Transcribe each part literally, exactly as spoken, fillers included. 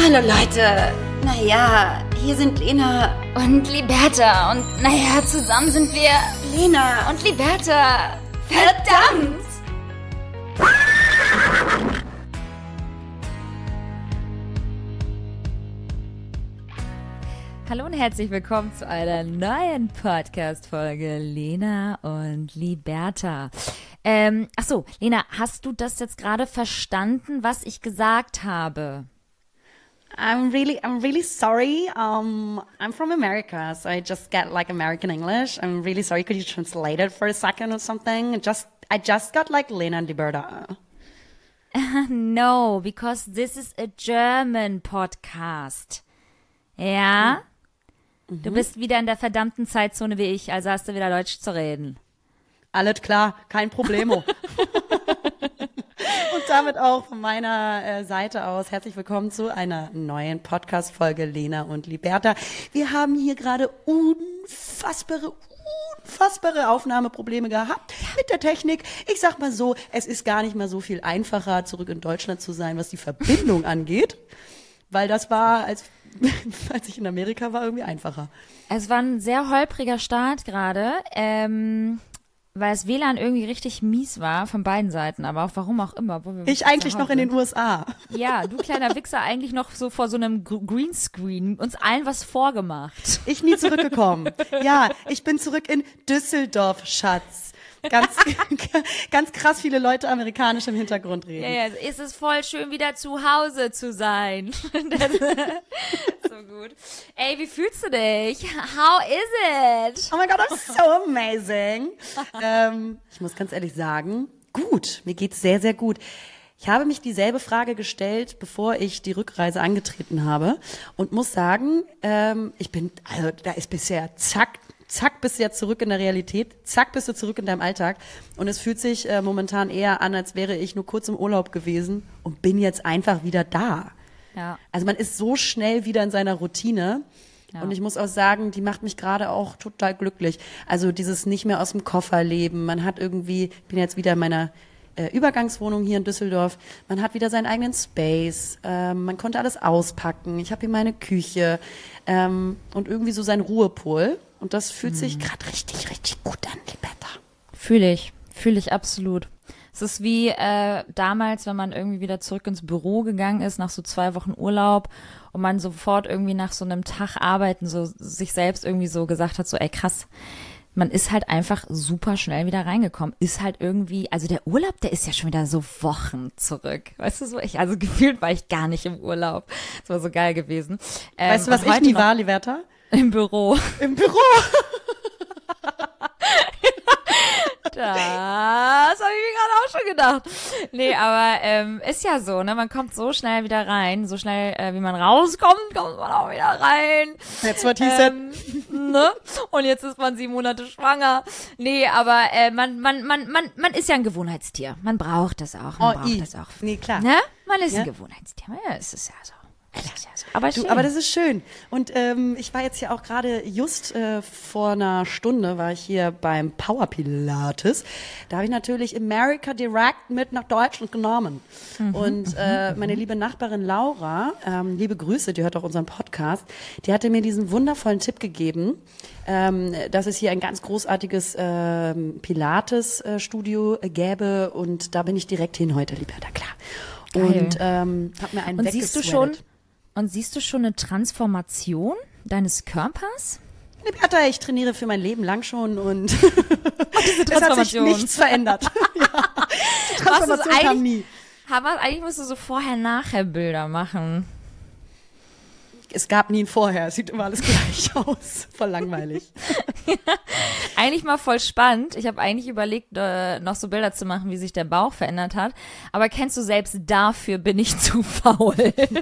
Hallo Leute, naja, hier sind Lena und Liberta und naja, zusammen sind wir Lena und Liberta. Verdammt! Hallo und herzlich willkommen zu einer neuen Podcast-Folge Lena und Liberta. Ähm, ach so, Lena, hast du das jetzt gerade verstanden, was ich gesagt habe? I'm really, I'm really sorry. Um, I'm from America, so I just get like American English. I'm really sorry. Could you translate it for a second or something? Just, I just got like Lena and Liberta. No, because this is a German podcast. Ja? Mhm. Du bist wieder in der verdammten Zeitzone wie ich, also hast du wieder Deutsch zu reden. Alles klar, kein Problemo. Und damit auch von meiner äh, Seite aus herzlich willkommen zu einer neuen Podcast-Folge Lena und Liberta. Wir haben hier gerade unfassbare, unfassbare Aufnahmeprobleme gehabt mit der Technik. Ich sag mal so, es ist gar nicht mal so viel einfacher, zurück in Deutschland zu sein, was die Verbindung angeht, weil das war, als, als ich in Amerika war, irgendwie einfacher. Es war ein sehr holpriger Start gerade, ähm... weil das W L A N irgendwie richtig mies war von beiden Seiten, aber auch warum auch immer. Wo wir ich eigentlich noch in den U S A. Ja, du kleiner Wichser eigentlich noch so vor so einem Greenscreen uns allen was vorgemacht. Ich nie zurückgekommen. Ja, ich bin zurück in Düsseldorf, Schatz. Ganz, ganz krass viele Leute amerikanisch im Hintergrund reden. Ja, ja, es ist voll schön, wieder zu Hause zu sein. So gut. Ey, wie fühlst du dich? How is it? Oh my God, I'm so amazing. ähm, ich muss ganz ehrlich sagen, gut, mir geht's sehr, sehr gut. Ich habe mich dieselbe Frage gestellt, bevor ich die Rückreise angetreten habe und muss sagen, ähm, ich bin, also da ist bisher zack, Zack, bist du jetzt zurück in der Realität. Zack, bist du zurück in deinem Alltag. Und es fühlt sich äh, momentan eher an, als wäre ich nur kurz im Urlaub gewesen und bin jetzt einfach wieder da. Ja. Also man ist so schnell wieder in seiner Routine. Ja. Und ich muss auch sagen, die macht mich gerade auch total glücklich. Also dieses nicht mehr aus dem Koffer leben. Man hat irgendwie, ich bin jetzt wieder in meiner äh, Übergangswohnung hier in Düsseldorf. Man hat wieder seinen eigenen Space. Ähm, man konnte alles auspacken. Ich habe hier meine Küche ähm, und irgendwie so seinen Ruhepol. Und das fühlt sich gerade richtig, richtig gut an, Liberta. Fühle ich, fühle ich absolut. Es ist wie äh, damals, wenn man irgendwie wieder zurück ins Büro gegangen ist, nach so zwei Wochen Urlaub und man sofort irgendwie nach so einem Tag arbeiten so sich selbst irgendwie so gesagt hat, so ey krass, man ist halt einfach super schnell wieder reingekommen. Ist halt irgendwie, also der Urlaub, der ist ja schon wieder so Wochen zurück. Weißt du so, ich, also gefühlt war ich gar nicht im Urlaub. Das war so geil gewesen. Ähm, weißt du, was ich nie war, Liberta? Im Büro. Im Büro. Das habe ich mir gerade auch schon gedacht. Nee, aber ähm, ist ja so, ne? Man kommt so schnell wieder rein, so schnell äh, wie man rauskommt, kommt man auch wieder rein. That's what he said. Ähm, ne? Und jetzt ist man sieben Monate schwanger. Nee, aber äh, man, man, man, man, man ist ja ein Gewohnheitstier. Man braucht das auch. Man oh, braucht i. das auch. Nee, klar. Ne? Man ist ja? ein Gewohnheitstier. Ja, es ist ja so. Aber, du, aber das ist schön. Und ähm, ich war jetzt ja auch gerade just äh, vor einer Stunde war ich hier beim Power Pilates. Da habe ich natürlich America Direct mit nach Deutschland genommen. Mhm, und äh, meine liebe Nachbarin Laura, ähm, liebe Grüße, die hört auch unseren Podcast, die hatte mir diesen wundervollen Tipp gegeben, ähm, dass es hier ein ganz großartiges ähm, Pilates-Studio äh, gäbe. Und da bin ich direkt hin heute, Liberta, klar. Und ähm, hab mir einen Und siehst du schon Und siehst du schon eine Transformation deines Körpers? Liberta, ich trainiere für mein Leben lang schon und oh, diese es hat sich nichts verändert. Ja. Die Transformation kam nie. Aber eigentlich musst du so Vorher-Nachher-Bilder machen. Es gab nie ein Vorher, es sieht immer alles gleich aus. Voll langweilig. Eigentlich mal voll spannend. Ich habe eigentlich überlegt, äh, noch so Bilder zu machen, wie sich der Bauch verändert hat. Aber kennst du, selbst dafür bin ich zu faul.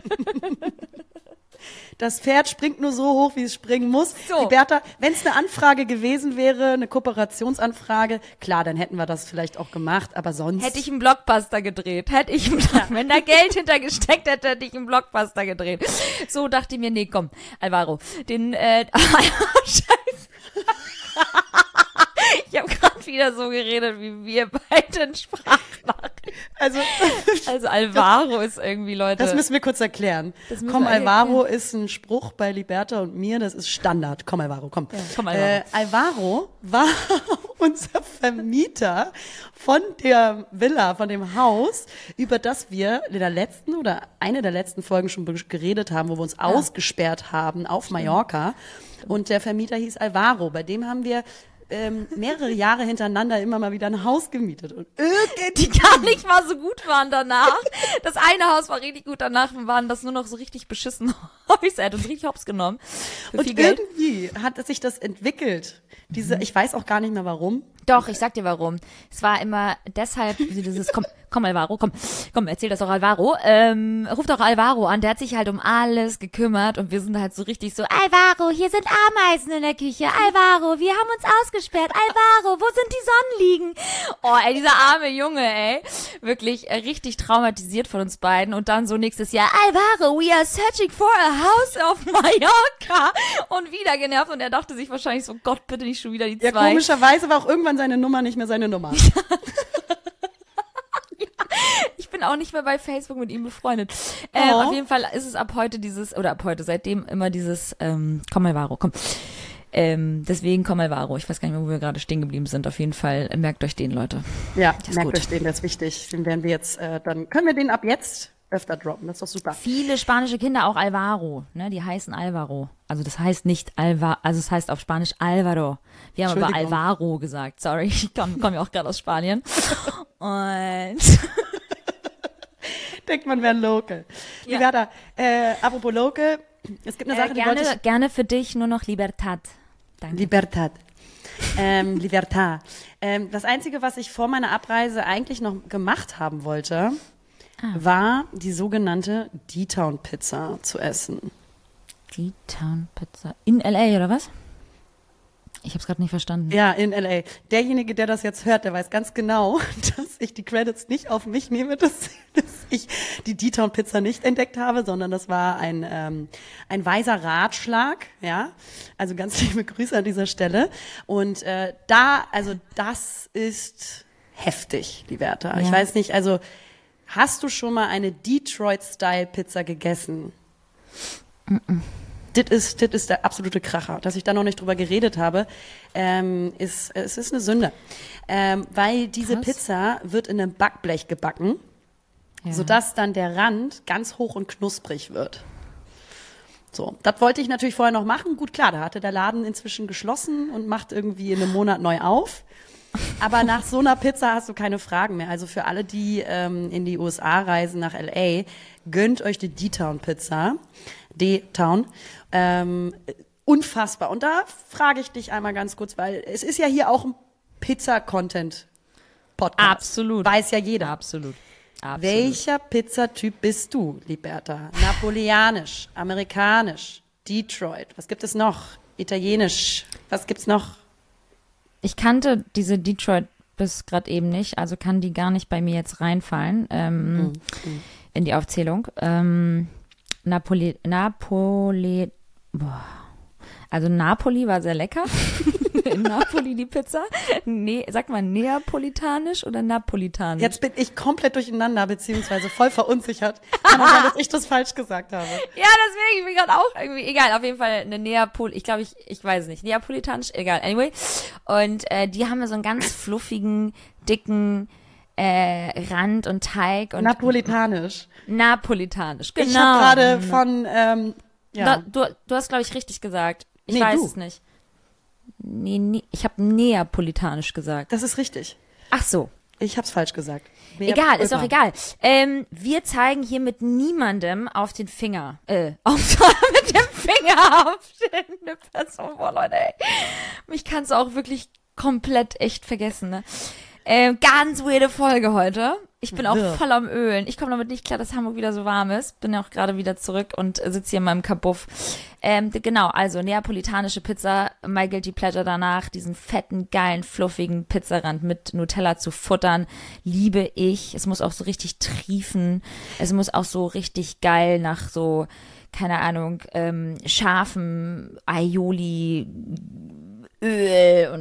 Das Pferd springt nur so hoch, wie es springen muss. So. Liberta, wenn es eine Anfrage gewesen wäre, eine Kooperationsanfrage, klar, dann hätten wir das vielleicht auch gemacht, aber sonst... Hätte ich einen Blockbuster gedreht. Hätte ich, ja. Wenn da Geld hintergesteckt hätte, hätte ich einen Blockbuster gedreht. So dachte ich mir, nee, komm, Alvaro, den, äh, Scheiße. Ich habe gerade hat wieder so geredet, wie wir bei den Sprachnachrichten. Also, also Alvaro ist irgendwie, Leute. Das müssen wir kurz erklären. Komm, Alvaro erklären. Ist ein Spruch bei Liberta und mir, das ist Standard. Komm, Alvaro, komm. Ja, komm, Alvaro. Äh, Alvaro war unser Vermieter von der Villa, von dem Haus, über das wir in der letzten oder eine der letzten Folgen schon geredet haben, wo wir uns ja. ausgesperrt haben auf Mallorca. Und der Vermieter hieß Alvaro. Bei dem haben wir ähm, mehrere Jahre hintereinander immer mal wieder ein Haus gemietet. Und die gar nicht mal so gut waren danach. Das eine Haus war richtig gut, danach waren das nur noch so richtig beschissen Häuser. Er hat uns richtig hops genommen. Für und viel Geld. Irgendwie hat sich das entwickelt. Diese, ich weiß auch gar nicht mehr warum. Doch, ich sag dir warum. Es war immer deshalb dieses, komm, komm Alvaro, komm, komm, erzähl das doch Alvaro. Ähm, ruf doch Alvaro an, der hat sich halt um alles gekümmert und wir sind halt so richtig so, Alvaro, hier sind Ameisen in der Küche, Alvaro, wir haben uns ausgesperrt, Alvaro, wo sind die Sonnenliegen? Oh, ey, dieser arme Junge, ey, wirklich äh, richtig traumatisiert von uns beiden und dann so nächstes Jahr, Alvaro, we are searching for a house of Mallorca und wieder genervt und er dachte sich wahrscheinlich so, Gott, bitte nicht schon wieder die zwei. Ja, komischerweise war auch irgendwann seine Nummer nicht mehr seine Nummer. Ich bin auch nicht mehr bei Facebook mit ihm befreundet. Ähm, oh. Auf jeden Fall ist es ab heute dieses, oder ab heute, seitdem immer dieses, ähm, komm Alvaro, komm. Ähm, deswegen komm Alvaro. Ich weiß gar nicht mehr, wo wir gerade stehen geblieben sind. Auf jeden Fall, äh, merkt euch den, Leute. Ja, merkt gut. euch den, das ist wichtig. Den werden wir jetzt, äh, dann können wir den ab jetzt öfter droppen, das ist doch super. Viele spanische Kinder, auch Alvaro, ne, die heißen Alvaro. Also das heißt nicht Alva, also es heißt auf Spanisch Alvaro. Wir haben aber Alvaro gesagt, sorry, ich komme komm ja auch gerade aus Spanien. Und denkt man wäre local. Ja. Liberta, äh, apropos local, es gibt eine Sache, äh, gerne, die wollte ich... Gerne für dich nur noch Libertad. Danke. Libertad. ähm, Libertad. Ähm, das Einzige, was ich vor meiner Abreise eigentlich noch gemacht haben wollte, ah. war die sogenannte D-Town-Pizza zu essen. D-Town-Pizza in L A oder was? Ich habe es gerade nicht verstanden. Ja, in L A. Derjenige, der das jetzt hört, der weiß ganz genau, dass ich die Credits nicht auf mich nehme, dass, dass ich die D-Town-Pizza nicht entdeckt habe, sondern das war ein ähm, ein weiser Ratschlag, ja. Also ganz liebe Grüße an dieser Stelle. Und äh, da, also das ist heftig, die Werte. Ja. Ich weiß nicht, also hast du schon mal eine Detroit-Style-Pizza gegessen? Mm-mm. Das ist, das ist der absolute Kracher. Dass ich da noch nicht drüber geredet habe, ähm, ist, es ist eine Sünde. Ähm, weil diese Krass. Pizza wird in einem Backblech gebacken, ja. sodass dann der Rand ganz hoch und knusprig wird. So, das wollte ich natürlich vorher noch machen. Gut, klar, da hatte der Laden inzwischen geschlossen und macht irgendwie in einem Monat neu auf. Aber nach so einer Pizza hast du keine Fragen mehr. Also für alle, die ähm, in die U S A reisen, nach L A, gönnt euch die D-Town-Pizza. D-Town. Ähm, unfassbar. Und da frage ich dich einmal ganz kurz, weil es ist ja hier auch ein Pizza-Content-Podcast. Absolut. Weiß ja jeder. Absolut. Absolut. Welcher Pizzatyp bist du, Liberta? Napoleonisch, amerikanisch, Detroit. Was gibt es noch? Italienisch. Was gibt's noch? Ich kannte diese Detroit bis gerade eben nicht, also kann die gar nicht bei mir jetzt reinfallen ähm, mhm. in die Aufzählung. Ähm, Napoli, Napoli, boah. Also Napoli war sehr lecker. In Napoli die Pizza. Nee, sag mal neapolitanisch oder napolitanisch? Jetzt bin ich komplett durcheinander, beziehungsweise voll verunsichert. Kann auch sein, dass ich das falsch gesagt habe. Ja, deswegen, ich bin gerade auch irgendwie, egal, auf jeden Fall eine Neapol, ich glaube, ich, ich weiß es nicht, neapolitanisch, egal, anyway. Und äh, die haben so einen ganz fluffigen, dicken äh, Rand und Teig. Und Napolitanisch. Napolitanisch, genau. Ich habe gerade von, ähm, ja. Da, du, du hast, glaube ich, richtig gesagt. Ich nee, weiß du. es nicht. Nee, nee, ich habe neapolitanisch gesagt. Das ist richtig. Ach so. Ich hab's falsch gesagt. Neap- egal, ist auch egal. Ähm, wir zeigen hier mit niemandem auf den Finger. Äh, auf, mit dem Finger auf eine Person. Boah, Leute, ey. Mich kannst du auch wirklich komplett echt vergessen, ne? Ähm, ganz weirde Folge heute. Ich bin auch ja. voll am Ölen. Ich komme damit nicht klar, dass Hamburg wieder so warm ist. Bin ja auch gerade wieder zurück und sitze hier in meinem Kabuff. Ähm, genau, also neapolitanische Pizza, my guilty pleasure danach, diesen fetten, geilen, fluffigen Pizzarand mit Nutella zu futtern, liebe ich. Es muss auch so richtig triefen. Es muss auch so richtig geil nach so, keine Ahnung, ähm, scharfem Aioli Öl und oh,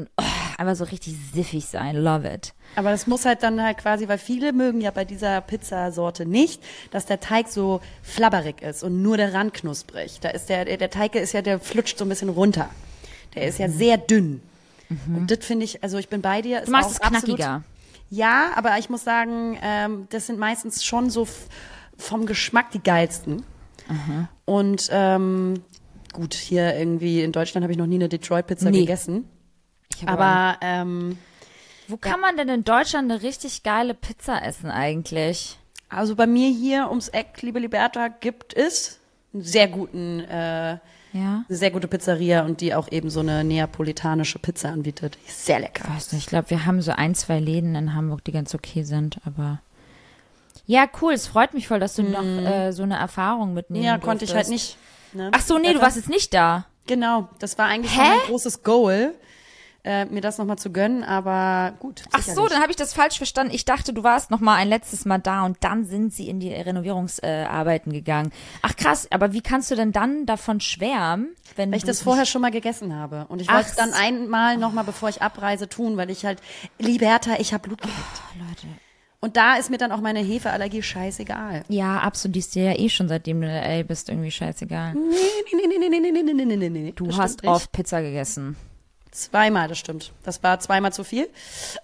einfach so richtig siffig sein. Love it. Aber das muss halt dann halt quasi, weil viele mögen ja bei dieser Pizzasorte nicht, dass der Teig so flabberig ist und nur der Rand knusprig. Da ist der, der Teig ist ja, der flutscht so ein bisschen runter. Der ist ja sehr dünn. Mhm. Und das finde ich, also ich bin bei dir. Du machst es knackiger. Ja, aber ich muss sagen, ähm, das sind meistens schon so f- vom Geschmack die geilsten. Mhm. Und ähm, gut, hier irgendwie in Deutschland habe ich noch nie eine Detroit-Pizza nee. gegessen. Aber ähm, wo kann ja. man denn in Deutschland eine richtig geile Pizza essen eigentlich? Also bei mir hier ums Eck, liebe Liberta, gibt es einen sehr guten, äh, ja. eine sehr gute Pizzeria und die auch eben so eine neapolitanische Pizza anbietet. Sehr lecker. Ich weiß nicht, ich glaube, wir haben so ein, zwei Läden in Hamburg, die ganz okay sind, aber ja, cool, es freut mich voll, dass du mm. noch äh, so eine Erfahrung mitnehmen Ja, durftest. konnte ich halt nicht. Ne? Ach so, nee, du warst jetzt nicht da. Genau, das war eigentlich mein großes Goal, äh, mir das nochmal zu gönnen, aber gut. Ach so, dann habe ich das falsch verstanden. Ich dachte, du warst noch mal ein letztes Mal da und dann sind sie in die Renovierungsarbeiten äh, gegangen. Ach krass, aber wie kannst du denn dann davon schwärmen, wenn Weil ich das vorher schon mal gegessen habe und ich wollte es dann einmal nochmal, bevor ich abreise, tun, weil ich halt, Liberta, ich habe Blut geleckt. Oh, Leute. Und da ist mir dann auch meine Hefeallergie scheißegal. Ja, absolut. Die ist dir ja eh schon, seitdem du in L A bist, irgendwie scheißegal. Nee, nee, nee, nee, nee, nee, nee, nee, nee, nee, nee. Du das hast oft Pizza gegessen. Zweimal, das stimmt. Das war zweimal zu viel.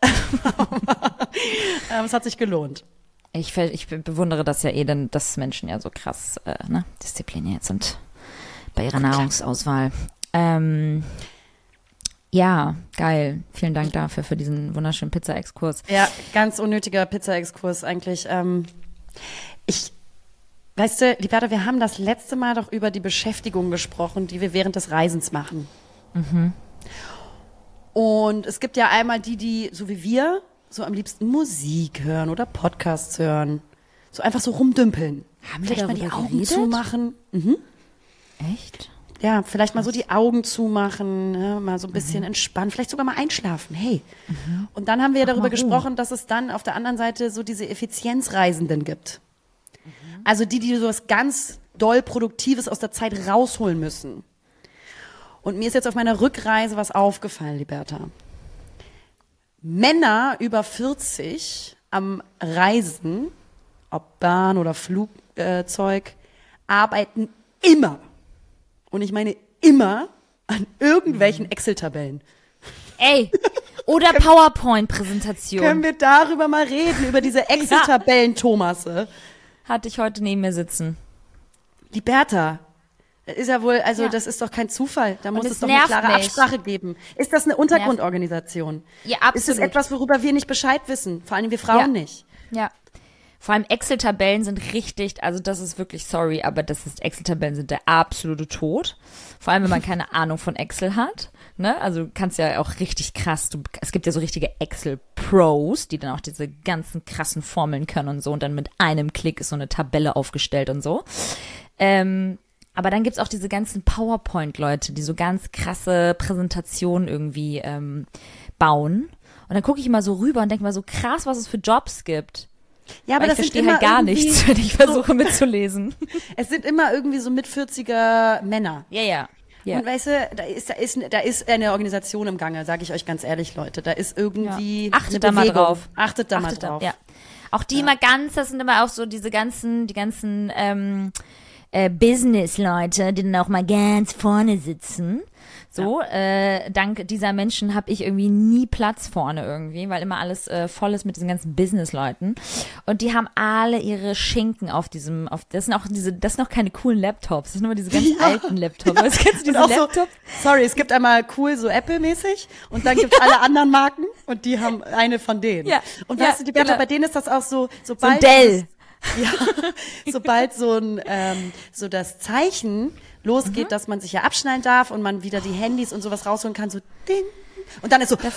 Es hat sich gelohnt. Ich, ich bewundere das ja eh, denn dass Menschen ja so krass äh, ne, diszipliniert sind bei ihrer Nahrungsauswahl. Ähm, ja, geil. Vielen Dank dafür, für diesen wunderschönen Pizza-Exkurs. Ja, ganz unnötiger Pizza-Exkurs eigentlich. Ähm, ich, weißt du, Liberta, wir haben das letzte Mal doch über die Beschäftigung gesprochen, die wir während des Reisens machen. Mhm. Und es gibt ja einmal die, die, so wie wir, so am liebsten Musik hören oder Podcasts hören. So einfach so rumdümpeln. Haben vielleicht wir mal die Augen geredet? zumachen. Mhm. Echt? Ja, vielleicht mal so die Augen zumachen, ne? Mal so ein bisschen mhm. entspannen, vielleicht sogar mal einschlafen. Hey. Mhm. Und dann haben wir ja darüber gesprochen, dass es dann auf der anderen Seite so diese Effizienzreisenden gibt. Mhm. Also die, die so was ganz doll Produktives aus der Zeit rausholen müssen. Und mir ist jetzt auf meiner Rückreise was aufgefallen, Liberta. Männer über vierzig am Reisen, ob Bahn oder Flugzeug, arbeiten immer, und ich meine immer, an irgendwelchen Excel-Tabellen. Ey, oder PowerPoint-Präsentation. Können wir darüber mal reden, über diese Excel-Tabellen, Thomasse? Hatte ich heute neben mir sitzen. Liberta, das ist ja wohl, also ja. das ist doch kein Zufall. Da muss es es doch eine klare mich. Absprache geben. Ist das eine Untergrundorganisation? Ja, absolut. Ist es etwas, worüber wir nicht Bescheid wissen? Vor allem wir Frauen ja. nicht. Ja. Vor allem Excel-Tabellen sind richtig, also das ist wirklich, sorry, aber das ist, Excel-Tabellen sind der absolute Tod. Vor allem, wenn man keine Ahnung von Excel hat. Ne? Also du kannst ja auch richtig krass, du, es gibt ja so richtige Excel-Pros, die dann auch diese ganzen krassen Formeln können und so. Und dann mit einem Klick ist so eine Tabelle aufgestellt und so. Ähm, aber dann gibt's auch diese ganzen PowerPoint-Leute, die so ganz krasse Präsentationen irgendwie ähm, bauen. Und dann gucke ich immer so rüber und denke mal so krass, was es für Jobs gibt. Ja, aber Weil das ich sind verstehe halt gar irgendwie nichts, wenn ich versuche mitzulesen. Es sind immer irgendwie so mit vierziger Männer. Ja, ja. ja. Und weißt du, da ist, da ist, da ist eine Organisation im Gange, sage ich euch ganz ehrlich, Leute. Da ist irgendwie ja. Achtet eine da mal drauf. Achtet da Achtet mal drauf. Da, ja. Auch die ja. immer ganz, das sind immer auch so diese ganzen, die ganzen ähm, äh, Business-Leute, die dann auch mal ganz vorne sitzen. So, ja. äh, dank dieser Menschen habe ich irgendwie nie Platz vorne irgendwie, weil immer alles äh, voll ist mit diesen ganzen Business-Leuten. Und die haben alle ihre Schinken auf diesem, auf das sind auch diese, das sind auch keine coolen Laptops, das sind immer diese ganz ja. alten Laptops. Ja. Was kennst du diese Laptops? So, sorry, es gibt einmal cool, so Apple-mäßig und dann gibt es alle anderen Marken und die haben eine von denen. Ja. Und ja, weißt du, die Berta, genau. bei denen ist das auch so, sobald so Dell. Ja, sobald so ein ähm, so das Zeichen losgeht, mhm. dass man sich ja abschneiden darf und man wieder die Handys und sowas rausholen kann, so ding. Und dann ist so da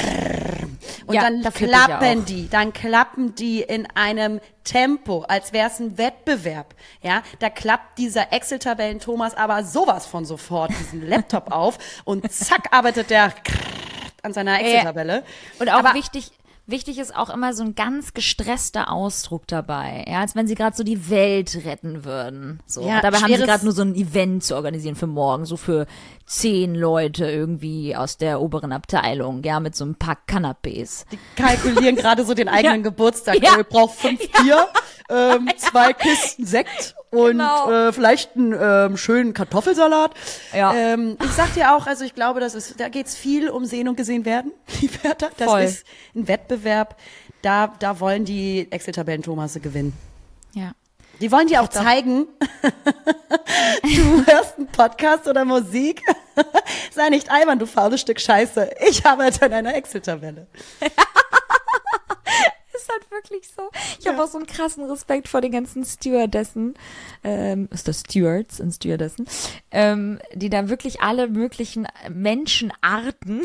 und ja, dann da klappen die, dann klappen die in einem Tempo, als wäre es ein Wettbewerb. Ja, da klappt dieser Excel-Tabellen Thomas aber sowas von sofort diesen Laptop auf und zack arbeitet der an seiner Excel-Tabelle. Und auch aber, wichtig, Wichtig ist auch immer so ein ganz gestresster Ausdruck dabei, ja, als wenn sie gerade so die Welt retten würden. So. Ja, und dabei haben sie schweres- gerade nur so ein Event zu organisieren für morgen, so für zehn Leute irgendwie aus der oberen Abteilung, ja, mit so ein paar Canapés. Die kalkulieren gerade so den eigenen Ja. Geburtstag. Ja. Ihr braucht fünf Bier, ähm, zwei Kisten Sekt und Genau. äh, vielleicht einen ähm, schönen Kartoffelsalat. Ja. Ähm, ich sag dir auch, also ich glaube, das ist, da geht's viel um sehen und gesehen werden, die Wörter. Das Voll. ist ein Wettbewerb. Da, da wollen die Excel-Tabellen-Thomasse gewinnen. Ja. Die wollen dir auch zeigen, du hörst einen Podcast oder Musik. Sei nicht albern, du faules Stück Scheiße. Ich arbeite an einer Excel-Tabelle. Ist halt wirklich so. Ich habe auch so einen krassen Respekt vor den ganzen Stewardessen, ähm, ist das Stewards und Stewardessen, ähm, die da wirklich alle möglichen Menschenarten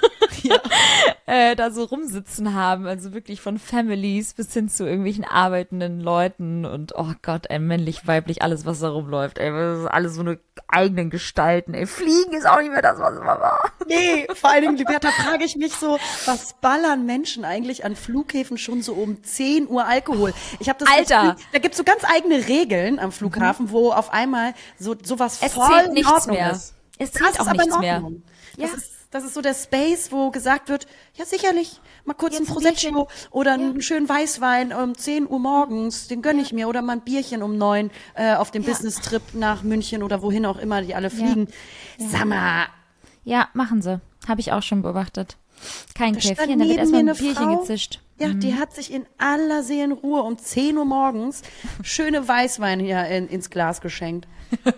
äh, da so rumsitzen haben. Also wirklich von Families bis hin zu irgendwelchen arbeitenden Leuten und oh Gott, ey, männlich, weiblich, alles, was da rumläuft. Ey, das ist alles so eine eigenen Gestalten. Ey, Fliegen ist auch nicht mehr das, was es mal war. Nee, vor allen Dingen, Liberta, frage ich mich so, was ballern Menschen eigentlich an Flughäfen schon so um zehn Uhr Alkohol? Ich habe das Alter. Gefühl, da gibt's so ganz eigene Regeln am Flughafen, wo auf einmal so sowas Es voll zählt in nichts Ordnung mehr. ist. Es Das zählt ist auch aber in nichts mehr. Ordnung. Das Ja. ist das ist so der Space, wo gesagt wird, ja sicherlich, mal kurz Jetzt ein ein Prosecco oder Ja. einen schönen Weißwein um zehn Uhr morgens, den gönn ich mir, oder mal ein Bierchen um neun äh, auf dem Ja. Business-Trip nach München oder wohin auch immer die alle fliegen. Sag mal, Ja, machen sie. Habe ich auch schon beobachtet. Kein Da stand Käffchen, da wird neben erstmal mir ein eine Bierchen Frau. gezischt. Ja, die hat sich in aller Seelenruhe um zehn Uhr morgens schöne Weißwein hier in, ins Glas geschenkt.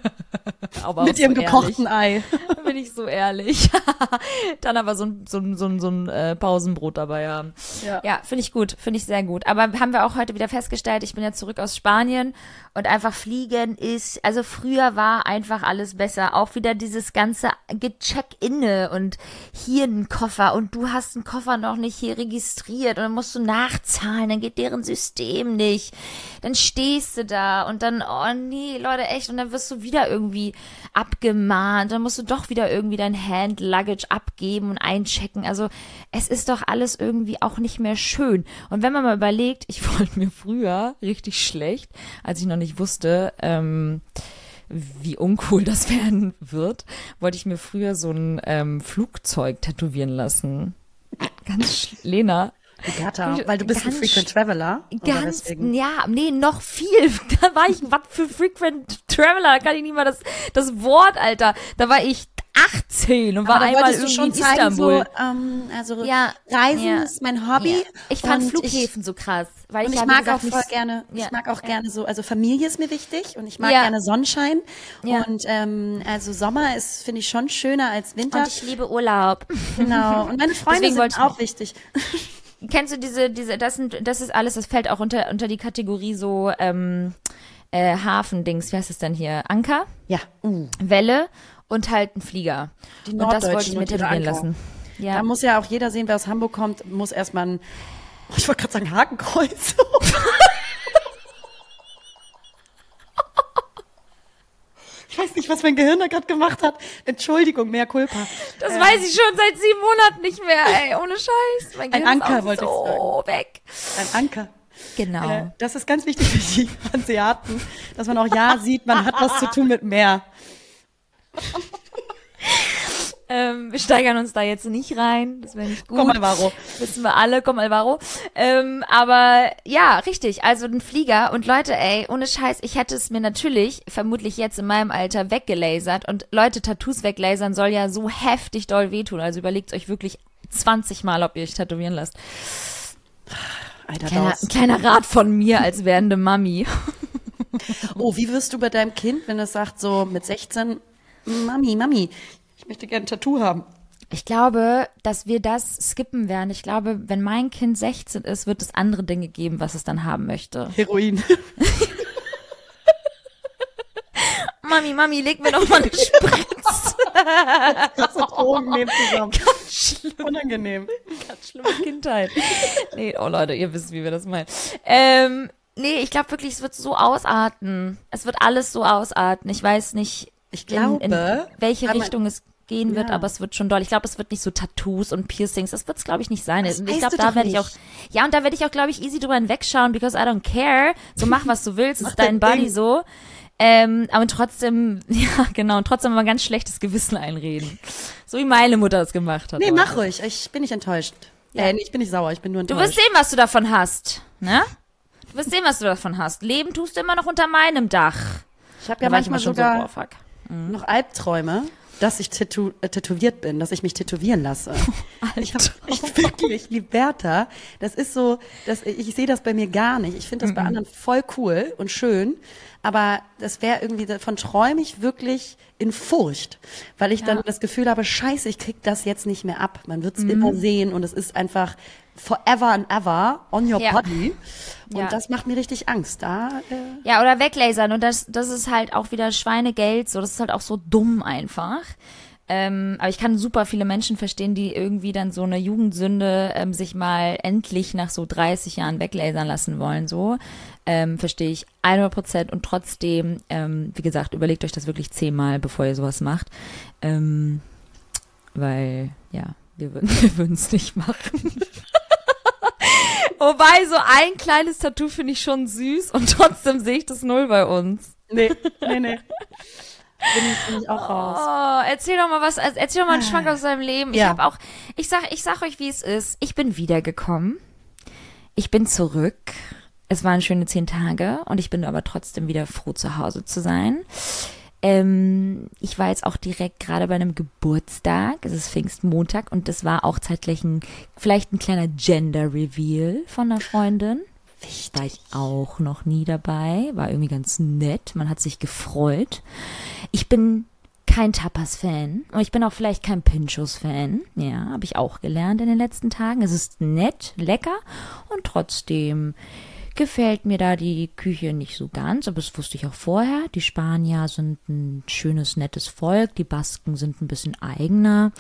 Aber Mit auch ihrem so gekochten Ei. Bin ich so ehrlich. Dann aber so ein, so ein, so ein, so ein äh, Pausenbrot dabei haben. Ja. Ja, finde ich gut, finde ich sehr gut. Aber haben wir auch heute wieder festgestellt, ich bin ja zurück aus Spanien und einfach fliegen ist, also früher war einfach alles besser. Auch wieder dieses ganze Gecheck-inne und hier ein Koffer und du hast einen Koffer noch nicht hier registriert und dann musst du nachzahlen, dann geht deren System nicht. Dann stehst du da und dann, oh nee, Leute, echt, und dann wirst du wieder irgendwie abgemahnt, dann musst du doch wieder irgendwie dein Hand-Luggage abgeben und einchecken. Also es ist doch alles irgendwie auch nicht mehr schön. Und wenn man mal überlegt, ich wollte mir früher richtig schlecht, als ich noch nicht wusste, ähm, wie uncool das werden wird, wollte ich mir früher so ein ähm, Flugzeug tätowieren lassen. Ganz sch- Lena, Liberta, weil du bist ein Ganz Frequent Traveler. oder Ganz, deswegen? ja, nee, noch viel. Da war ich, was für Frequent Traveler, da kann ich nicht mal das, das Wort, Alter. Da war ich achtzehn und war Aber einmal wolltest du irgendwie schon in zeigen, Istanbul. so, ähm, also Ja, Reisen ja. ist mein Hobby. Ja. Ich fand und Flughäfen so krass, weil Und ich, ich ja, wie mag gesagt, auch nicht voll s- gerne, Ja, ich mag auch ja. gerne so, also Familie ist mir wichtig und ich mag Ja. gerne Sonnenschein. Ja. Und ähm, also Sommer ist, finde ich, schon schöner als Winter. Und ich liebe Urlaub. Genau. Und meine Freunde Deswegen wollte sind ich auch wichtig. Kennst du diese, diese, das sind, das ist alles, das fällt auch unter, unter die Kategorie so, ähm, äh, Hafendings, wie heißt es denn hier? Anker, Ja. Uh. Welle und halt ein Flieger. Die Und das wollte Norddeutschen ich mir und ihre tätowieren Anker. lassen. Ja. Da muss ja auch jeder sehen, wer aus Hamburg kommt, muss erstmal ein, oh, ich wollte gerade sagen Hakenkreuz. Ich weiß nicht, was mein Gehirn da gerade gemacht hat. Entschuldigung, mehr Culpa. Das Äh, weiß ich schon seit sieben Monaten nicht mehr, ey, ohne Scheiß. Mein Ein Gehirn ist Anker auch wollte ich so weg. Ein Anker. Genau. Äh, das ist ganz wichtig für die Hanseaten, dass man auch ja sieht, man hat was zu tun mit Meer. Ähm, wir steigern uns da jetzt nicht rein. Das wäre nicht gut. Komm, Alvaro. Wissen wir alle, komm Alvaro. Ähm, aber ja, richtig. Also ein Flieger. Und Leute, ey, ohne Scheiß, ich hätte es mir natürlich, vermutlich jetzt in meinem Alter, weggelasert. Und Leute, Tattoos weglasern soll ja so heftig doll wehtun. Also überlegt euch wirklich zwanzig Mal, ob ihr euch tätowieren lasst. Alter, Kleiner, Daus. ein kleiner Rat von mir als werdende Mami. Oh, wie wirst du bei deinem Kind, wenn es sagt so mit sechzehn, Mami, Mami, ich möchte gerne ein Tattoo haben? Ich glaube, dass wir das skippen werden. Ich glaube, wenn mein Kind sechzehn ist, wird es andere Dinge geben, was es dann haben möchte. Heroin. Mami, Mami, leg mir doch mal eine Spritze. Das sind Drogen nehmen zusammen. Ganz schlimm. Unangenehm. Ganz schlimme Kindheit. Nee, oh Leute, ihr wisst, wie wir das meinen. Ähm, nee, ich glaube wirklich, es wird so ausarten. Es wird alles so ausarten. Ich weiß nicht, Ich in, in glaube, welche weil man- Richtung es gehen wird, Ja. aber es wird schon doll. Ich glaube, es wird nicht so Tattoos und Piercings, das wird es, glaube ich, nicht sein. Das ich weißt glaube, du da doch werde ich nicht. auch, ja, und da werde ich auch, glaube ich, easy drüber hinwegschauen, because I don't care. So mach, was du willst, Mach ist dein dein Body Ding. so. Ähm, aber trotzdem, ja, genau, und trotzdem immer ein ganz schlechtes Gewissen einreden. So wie meine Mutter das gemacht hat. Nee, heute. mach ruhig. Ich bin nicht enttäuscht. Ja. Äh, nee, ich bin nicht sauer, ich bin nur Du enttäuscht. wirst sehen, was du davon hast, ne? Du wirst sehen, was du davon hast. Leben tust du immer noch unter meinem Dach. Ich habe ja Da war ich manchmal immer schon sogar so, boah, fuck. noch Albträume, dass ich tätow äh, tätowiert bin, dass ich mich tätowieren lasse. ich habe ich wirklich, Liberta, das ist so, das, ich sehe das bei mir gar nicht. Ich finde das bei anderen voll cool und schön, aber das wäre irgendwie, davon träume ich wirklich in Furcht, weil ich dann das Gefühl habe, scheiße, ich krieg das jetzt nicht mehr ab. Man wird es immer sehen und es ist einfach forever and ever on your Ja. body. Und Ja. das macht mir richtig Angst. Da, äh, Ja, oder weglasern. Und das, das ist halt auch wieder Schweinegeld. So, das ist halt auch so dumm einfach. Ähm, aber ich kann super viele Menschen verstehen, die irgendwie dann so eine Jugendsünde ähm, sich mal endlich nach so dreißig Jahren weglasern lassen wollen. So ähm, verstehe ich hundert Prozent. Und trotzdem, ähm, wie gesagt, überlegt euch das wirklich zehnmal, bevor ihr sowas macht. Ähm, weil, ja, wir würden wir würden es nicht machen. Wobei, so ein kleines Tattoo finde ich schon süß und trotzdem sehe ich das null bei uns. nee, nee, nee. Bin ich, bin ich auch raus. Oh, erzähl doch mal was, also erzähl doch mal einen Schwank aus deinem Leben. Ich Ja. habe auch, ich sag, ich sag euch, wie es ist. Ich bin wiedergekommen. Ich bin zurück. Es waren schöne zehn Tage und ich bin aber trotzdem wieder froh, zu Hause zu sein. Ähm, ich war jetzt auch direkt gerade bei einem Geburtstag. Es ist Pfingstmontag und das war auch zeitgleich ein, vielleicht ein kleiner Gender-Reveal von einer Freundin. War ich auch noch nie dabei. War irgendwie ganz nett. Man hat sich gefreut. Ich bin kein Tapas-Fan und ich bin auch vielleicht kein Pinchos-Fan. Ja, habe ich auch gelernt in den letzten Tagen. Es ist nett, lecker und trotzdem gefällt mir da die Küche nicht so ganz, aber das wusste ich auch vorher. Die Spanier sind ein schönes, nettes Volk, die Basken sind ein bisschen eigener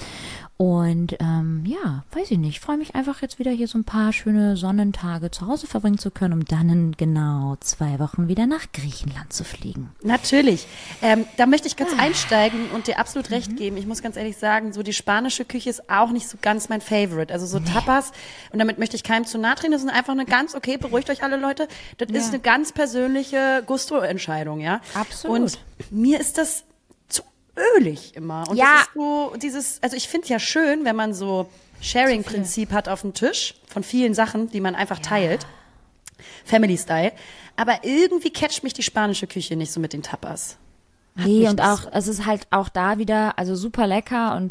und ähm, ja, weiß ich nicht, ich freue mich einfach jetzt wieder hier so ein paar schöne Sonnentage zu Hause verbringen zu können, um dann in genau zwei Wochen wieder nach Griechenland zu fliegen. Natürlich. Ähm, da möchte ich kurz einsteigen und dir absolut recht geben. Ich muss ganz ehrlich sagen, so die spanische Küche ist auch nicht so ganz mein Favorite. Also so Tapas, und damit möchte ich keinem zu nahe treten, das ist einfach eine ganz, okay, beruhigt euch alle Leute, das ist Ja. eine ganz persönliche Gusto-Entscheidung, ja. Absolut. Und mir ist das zu ölig immer. Und Ja. das ist so dieses, also ich finde ja schön, wenn man so Sharing-Prinzip hat auf dem Tisch von vielen Sachen, die man einfach teilt. Family-Style. Aber irgendwie catcht mich die spanische Küche nicht so mit den Tapas. Nee, mich und das- auch, es ist halt auch da wieder, also super lecker und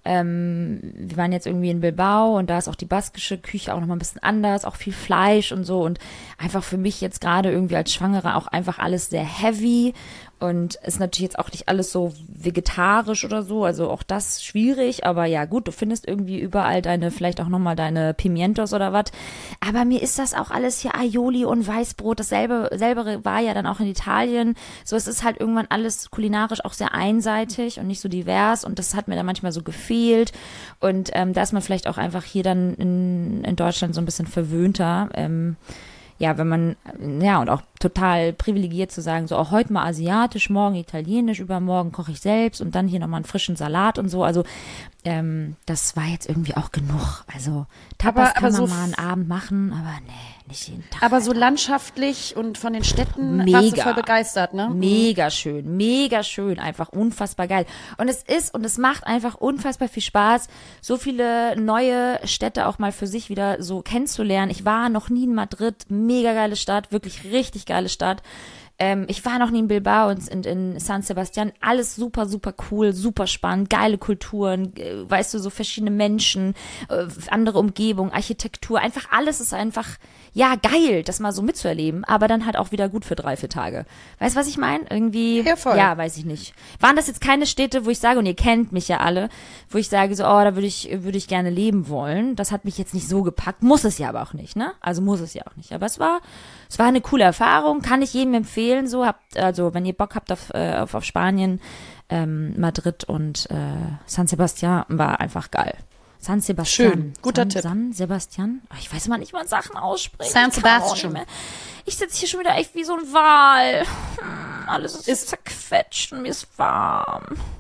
ähm, wir waren jetzt irgendwie in Bilbao und da ist auch die baskische Küche auch nochmal ein bisschen anders, auch viel Fleisch und so und einfach für mich jetzt gerade irgendwie als Schwangere auch einfach alles sehr heavy und ist natürlich jetzt auch nicht alles so vegetarisch oder so, also auch das schwierig, aber ja gut, du findest irgendwie überall deine, vielleicht auch nochmal deine Pimientos oder was, aber mir ist das auch alles hier Aioli und Weißbrot, dasselbe selbe war ja dann auch in Italien, so es ist halt irgendwann alles kulinarisch auch sehr einseitig und nicht so divers und das hat mir dann manchmal so gefehlt und ähm, da ist man vielleicht auch einfach hier dann in, in Deutschland so ein bisschen verwöhnter, ähm, ja, wenn man, ja, und auch total privilegiert zu sagen, so auch heute mal asiatisch, morgen italienisch, übermorgen koche ich selbst und dann hier nochmal einen frischen Salat und so. Also ähm, das war jetzt irgendwie auch genug. Also Tapas Aber- kann aber man so mal einen Abend machen, aber nee, nicht jeden Tag. Aber so landschaftlich und von den Städten warst du Mega. voll begeistert, ne? Mega schön, mega schön, einfach unfassbar geil. Und es ist und es macht einfach unfassbar viel Spaß, so viele neue Städte auch mal für sich wieder so kennenzulernen. Ich war noch nie in Madrid, mega geile Stadt, wirklich richtig geile Stadt. Ähm, ich war noch nie in Bilbao und in, in San Sebastian. Alles super, super cool, super spannend, geile Kulturen, äh, weißt du, so verschiedene Menschen, äh, andere Umgebung, Architektur. Einfach alles ist einfach, ja, geil, das mal so mitzuerleben, aber dann halt auch wieder gut für drei, vier Tage. Weißt du, was ich meine? Irgendwie, Ja, voll. ja, weiß ich nicht. Waren das jetzt keine Städte, wo ich sage, und ihr kennt mich ja alle, wo ich sage so, oh, da würde ich, würde ich gerne leben wollen. Das hat mich jetzt nicht so gepackt, muss es ja aber auch nicht, ne? Also muss es ja auch nicht. Aber es war, es war eine coole Erfahrung, kann ich jedem empfehlen, so habt, also wenn ihr Bock habt auf, äh, auf, auf Spanien, ähm, Madrid und äh, San Sebastian war einfach geil. San Sebastian. Schön, guter San, Tipp. San Sebastian? Oh, ich weiß immer nicht, wie man Sachen ausspricht. San Ich kann auch Sebastian. nicht mehr. Ich sitze hier schon wieder echt wie so ein Wal. Hm, alles ist, Ist- zerquetscht und mir ist warm.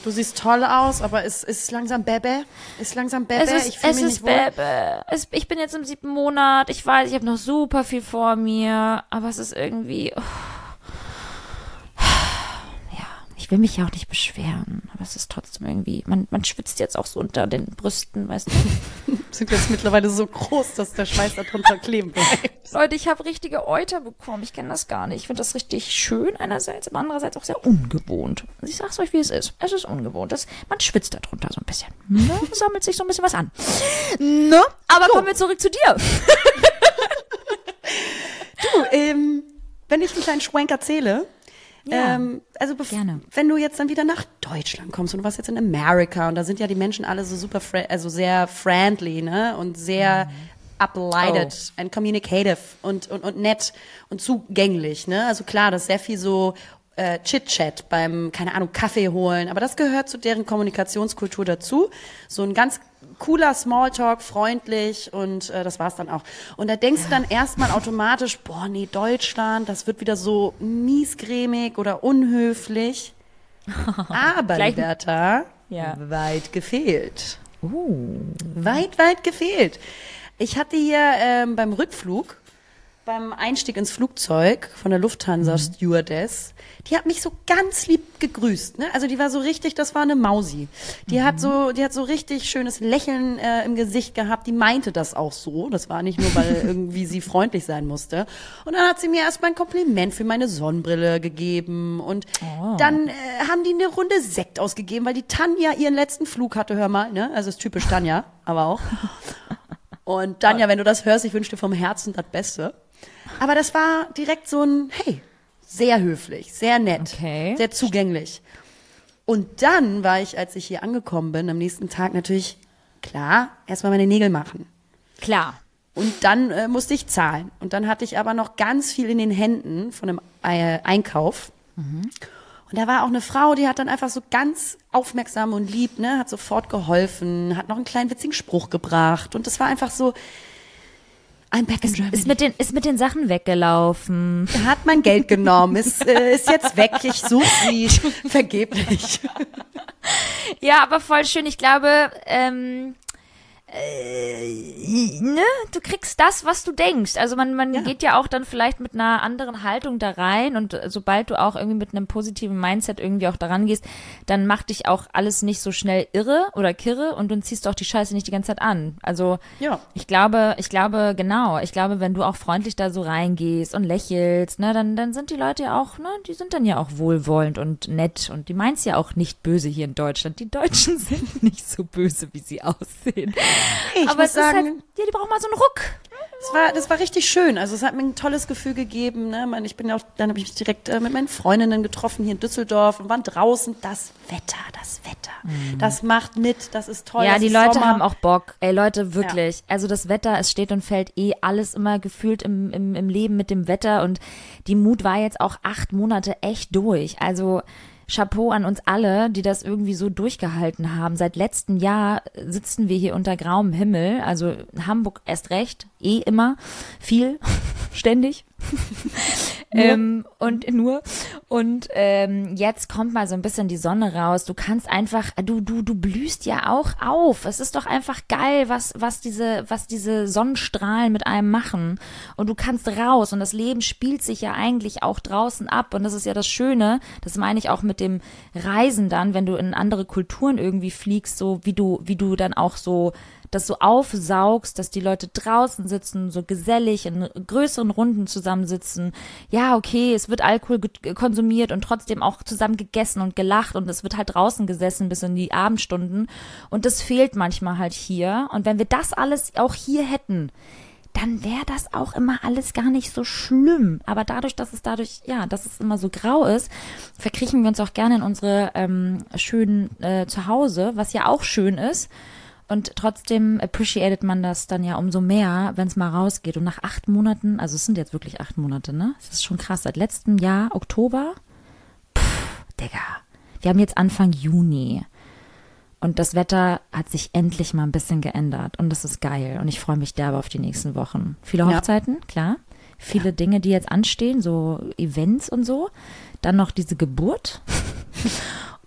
Du siehst toll aus, aber ist ist langsam Bebe? Ist langsam Bebe? Es ist, ich fühle es mich ist nicht wohl. Bebe. Es, ich bin jetzt im siebten Monat. Ich weiß, ich habe noch super viel vor mir. Aber es ist irgendwie... Oh. Ja, ich will mich ja auch nicht beschweren. Aber es ist trotzdem irgendwie... Man, man schwitzt jetzt auch so unter den Brüsten, weißt du? Sind jetzt mittlerweile so groß, dass der Schweiß darunter kleben bleibt. Leute, ich habe richtige Euter bekommen. Ich kenne das gar nicht. Ich finde das richtig schön einerseits, aber andererseits auch sehr ungewohnt. Also ich sag's euch, wie es ist. Es ist ungewohnt. Das, man schwitzt darunter so ein bisschen. Ne? Sammelt sich so ein bisschen was an. Ne? Aber So. kommen wir zurück zu dir. Du, ähm, wenn ich einen kleinen Schwenk erzähle, Ja, ähm, also bef- gerne. wenn du jetzt dann wieder nach Deutschland kommst und du warst jetzt in Amerika und da sind ja die Menschen alle so super, fri- also sehr friendly, ne, und sehr uplighted and communicative und, und, und nett und zugänglich, ne, also klar, das ist sehr viel so äh, Chit-Chat beim, keine Ahnung, Kaffee holen, aber das gehört zu deren Kommunikationskultur dazu, so ein ganz cooler Smalltalk, freundlich und äh, das war's dann auch. Und da denkst du dann erstmal automatisch, boah, nee, Deutschland, das wird wieder so miesgrämig oder unhöflich. Aber, Gleich- Liberta, Ja. weit gefehlt. Oh. Weit, weit gefehlt. Ich hatte hier ähm, beim Rückflug, beim Einstieg ins Flugzeug von der Lufthansa Stewardess, die hat mich so ganz lieb gegrüßt, ne? Also die war so richtig, das war eine Mausi. Die Mhm. hat so, die hat so richtig schönes Lächeln äh, im Gesicht gehabt. Die meinte das auch so. Das war nicht nur, weil irgendwie sie freundlich sein musste. Und dann hat sie mir erstmal ein Kompliment für meine Sonnenbrille gegeben und Oh. dann äh, haben die eine Runde Sekt ausgegeben, weil die Tanja ihren letzten Flug hatte, hör mal, ne? Also ist typisch Tanja, aber auch. Und Tanja, wenn du das hörst, ich wünsche dir vom Herzen das Beste. Aber das war direkt so ein, hey, sehr höflich, sehr nett, Okay. sehr zugänglich. Und dann war ich, als ich hier angekommen bin, am nächsten Tag natürlich, klar, erstmal meine Nägel machen. Klar. Und dann äh, musste ich zahlen. Und dann hatte ich aber noch ganz viel in den Händen von einem äh, Einkauf. Und da war auch eine Frau, die hat dann einfach so ganz aufmerksam und lieb, ne, hat sofort geholfen, hat noch einen kleinen witzigen Spruch gebracht. Und das war einfach so, I'm back in Germany. Ist mit den, ist mit den Sachen weggelaufen. Hat mein Geld genommen, ist, äh, ist jetzt weg, ich suche sie vergeblich. Ja, aber voll schön. Ich glaube, ähm, äh, ne, du kriegst das, was du denkst. Also man, man Ja. geht ja auch dann vielleicht mit einer anderen Haltung da rein und sobald du auch irgendwie mit einem positiven Mindset irgendwie auch daran gehst, dann macht dich auch alles nicht so schnell irre oder kirre und dann ziehst du auch die Scheiße nicht die ganze Zeit an. Also Ja. ich glaube, ich glaube, genau, ich glaube, wenn du auch freundlich da so reingehst und lächelst, ne, dann, dann sind die Leute ja auch, ne, die sind dann ja auch wohlwollend und nett und die meinen's ja auch nicht böse hier in Deutschland. Die Deutschen sind nicht so böse, wie sie aussehen. Ich Aber muss es ist halt, sagen, ja, die brauchen mal so einen Ruck. das war, das war richtig schön. Also es hat mir ein tolles Gefühl gegeben. Ne? Man, ich bin ja auch, dann habe ich mich direkt äh, mit meinen Freundinnen getroffen hier in Düsseldorf und waren draußen. Das Wetter, das Wetter, das macht mit, das ist toll. Ja, das die ist Leute Sommer. haben auch Bock. Ey, Leute, wirklich. Also das Wetter, es steht und fällt eh alles immer gefühlt im, im, im Leben mit dem Wetter und die Mut war jetzt auch acht Monate echt durch. Also Chapeau an uns alle, die das irgendwie so durchgehalten haben. Seit letztem Jahr sitzen wir hier unter grauem Himmel, also in Hamburg erst recht, eh immer, viel, ständig. ähm, und nur. Und ähm, jetzt kommt mal so ein bisschen die Sonne raus. Du kannst einfach, du, du, du blühst ja auch auf. Es ist doch einfach geil, was, was diese, was diese Sonnenstrahlen mit einem machen. Und du kannst raus und das Leben spielt sich ja eigentlich auch draußen ab. Und das ist ja das Schöne, das meine ich auch mit dem Reisen dann, wenn du in andere Kulturen irgendwie fliegst, so wie du, wie du dann auch so das so aufsaugst, dass die Leute draußen sitzen, so gesellig in größeren Runden zusammensitzen. Ja, okay, es wird Alkohol ge- konsumiert und trotzdem auch zusammen gegessen und gelacht und es wird halt draußen gesessen bis in die Abendstunden und das fehlt manchmal halt hier. Und wenn wir das alles auch hier hätten, dann wäre das auch immer alles gar nicht so schlimm. Aber dadurch, dass es dadurch, ja, dass es immer so grau ist, verkriechen wir uns auch gerne in unsere ähm, schönen äh, Zuhause, was ja auch schön ist. Und trotzdem appreciated man das dann ja umso mehr, wenn es mal rausgeht. Und nach acht Monaten, also es sind jetzt wirklich acht Monate, ne? Das ist schon krass. Seit letztem Jahr, Oktober, pff, Digga. Wir haben jetzt Anfang Juni. Und das Wetter hat sich endlich mal ein bisschen geändert. Und das ist geil. Und ich freue mich derbe auf die nächsten Wochen. Viele Ja. Hochzeiten, klar. Viele ja. Dinge, die jetzt anstehen, so Events und so. Dann noch diese Geburt.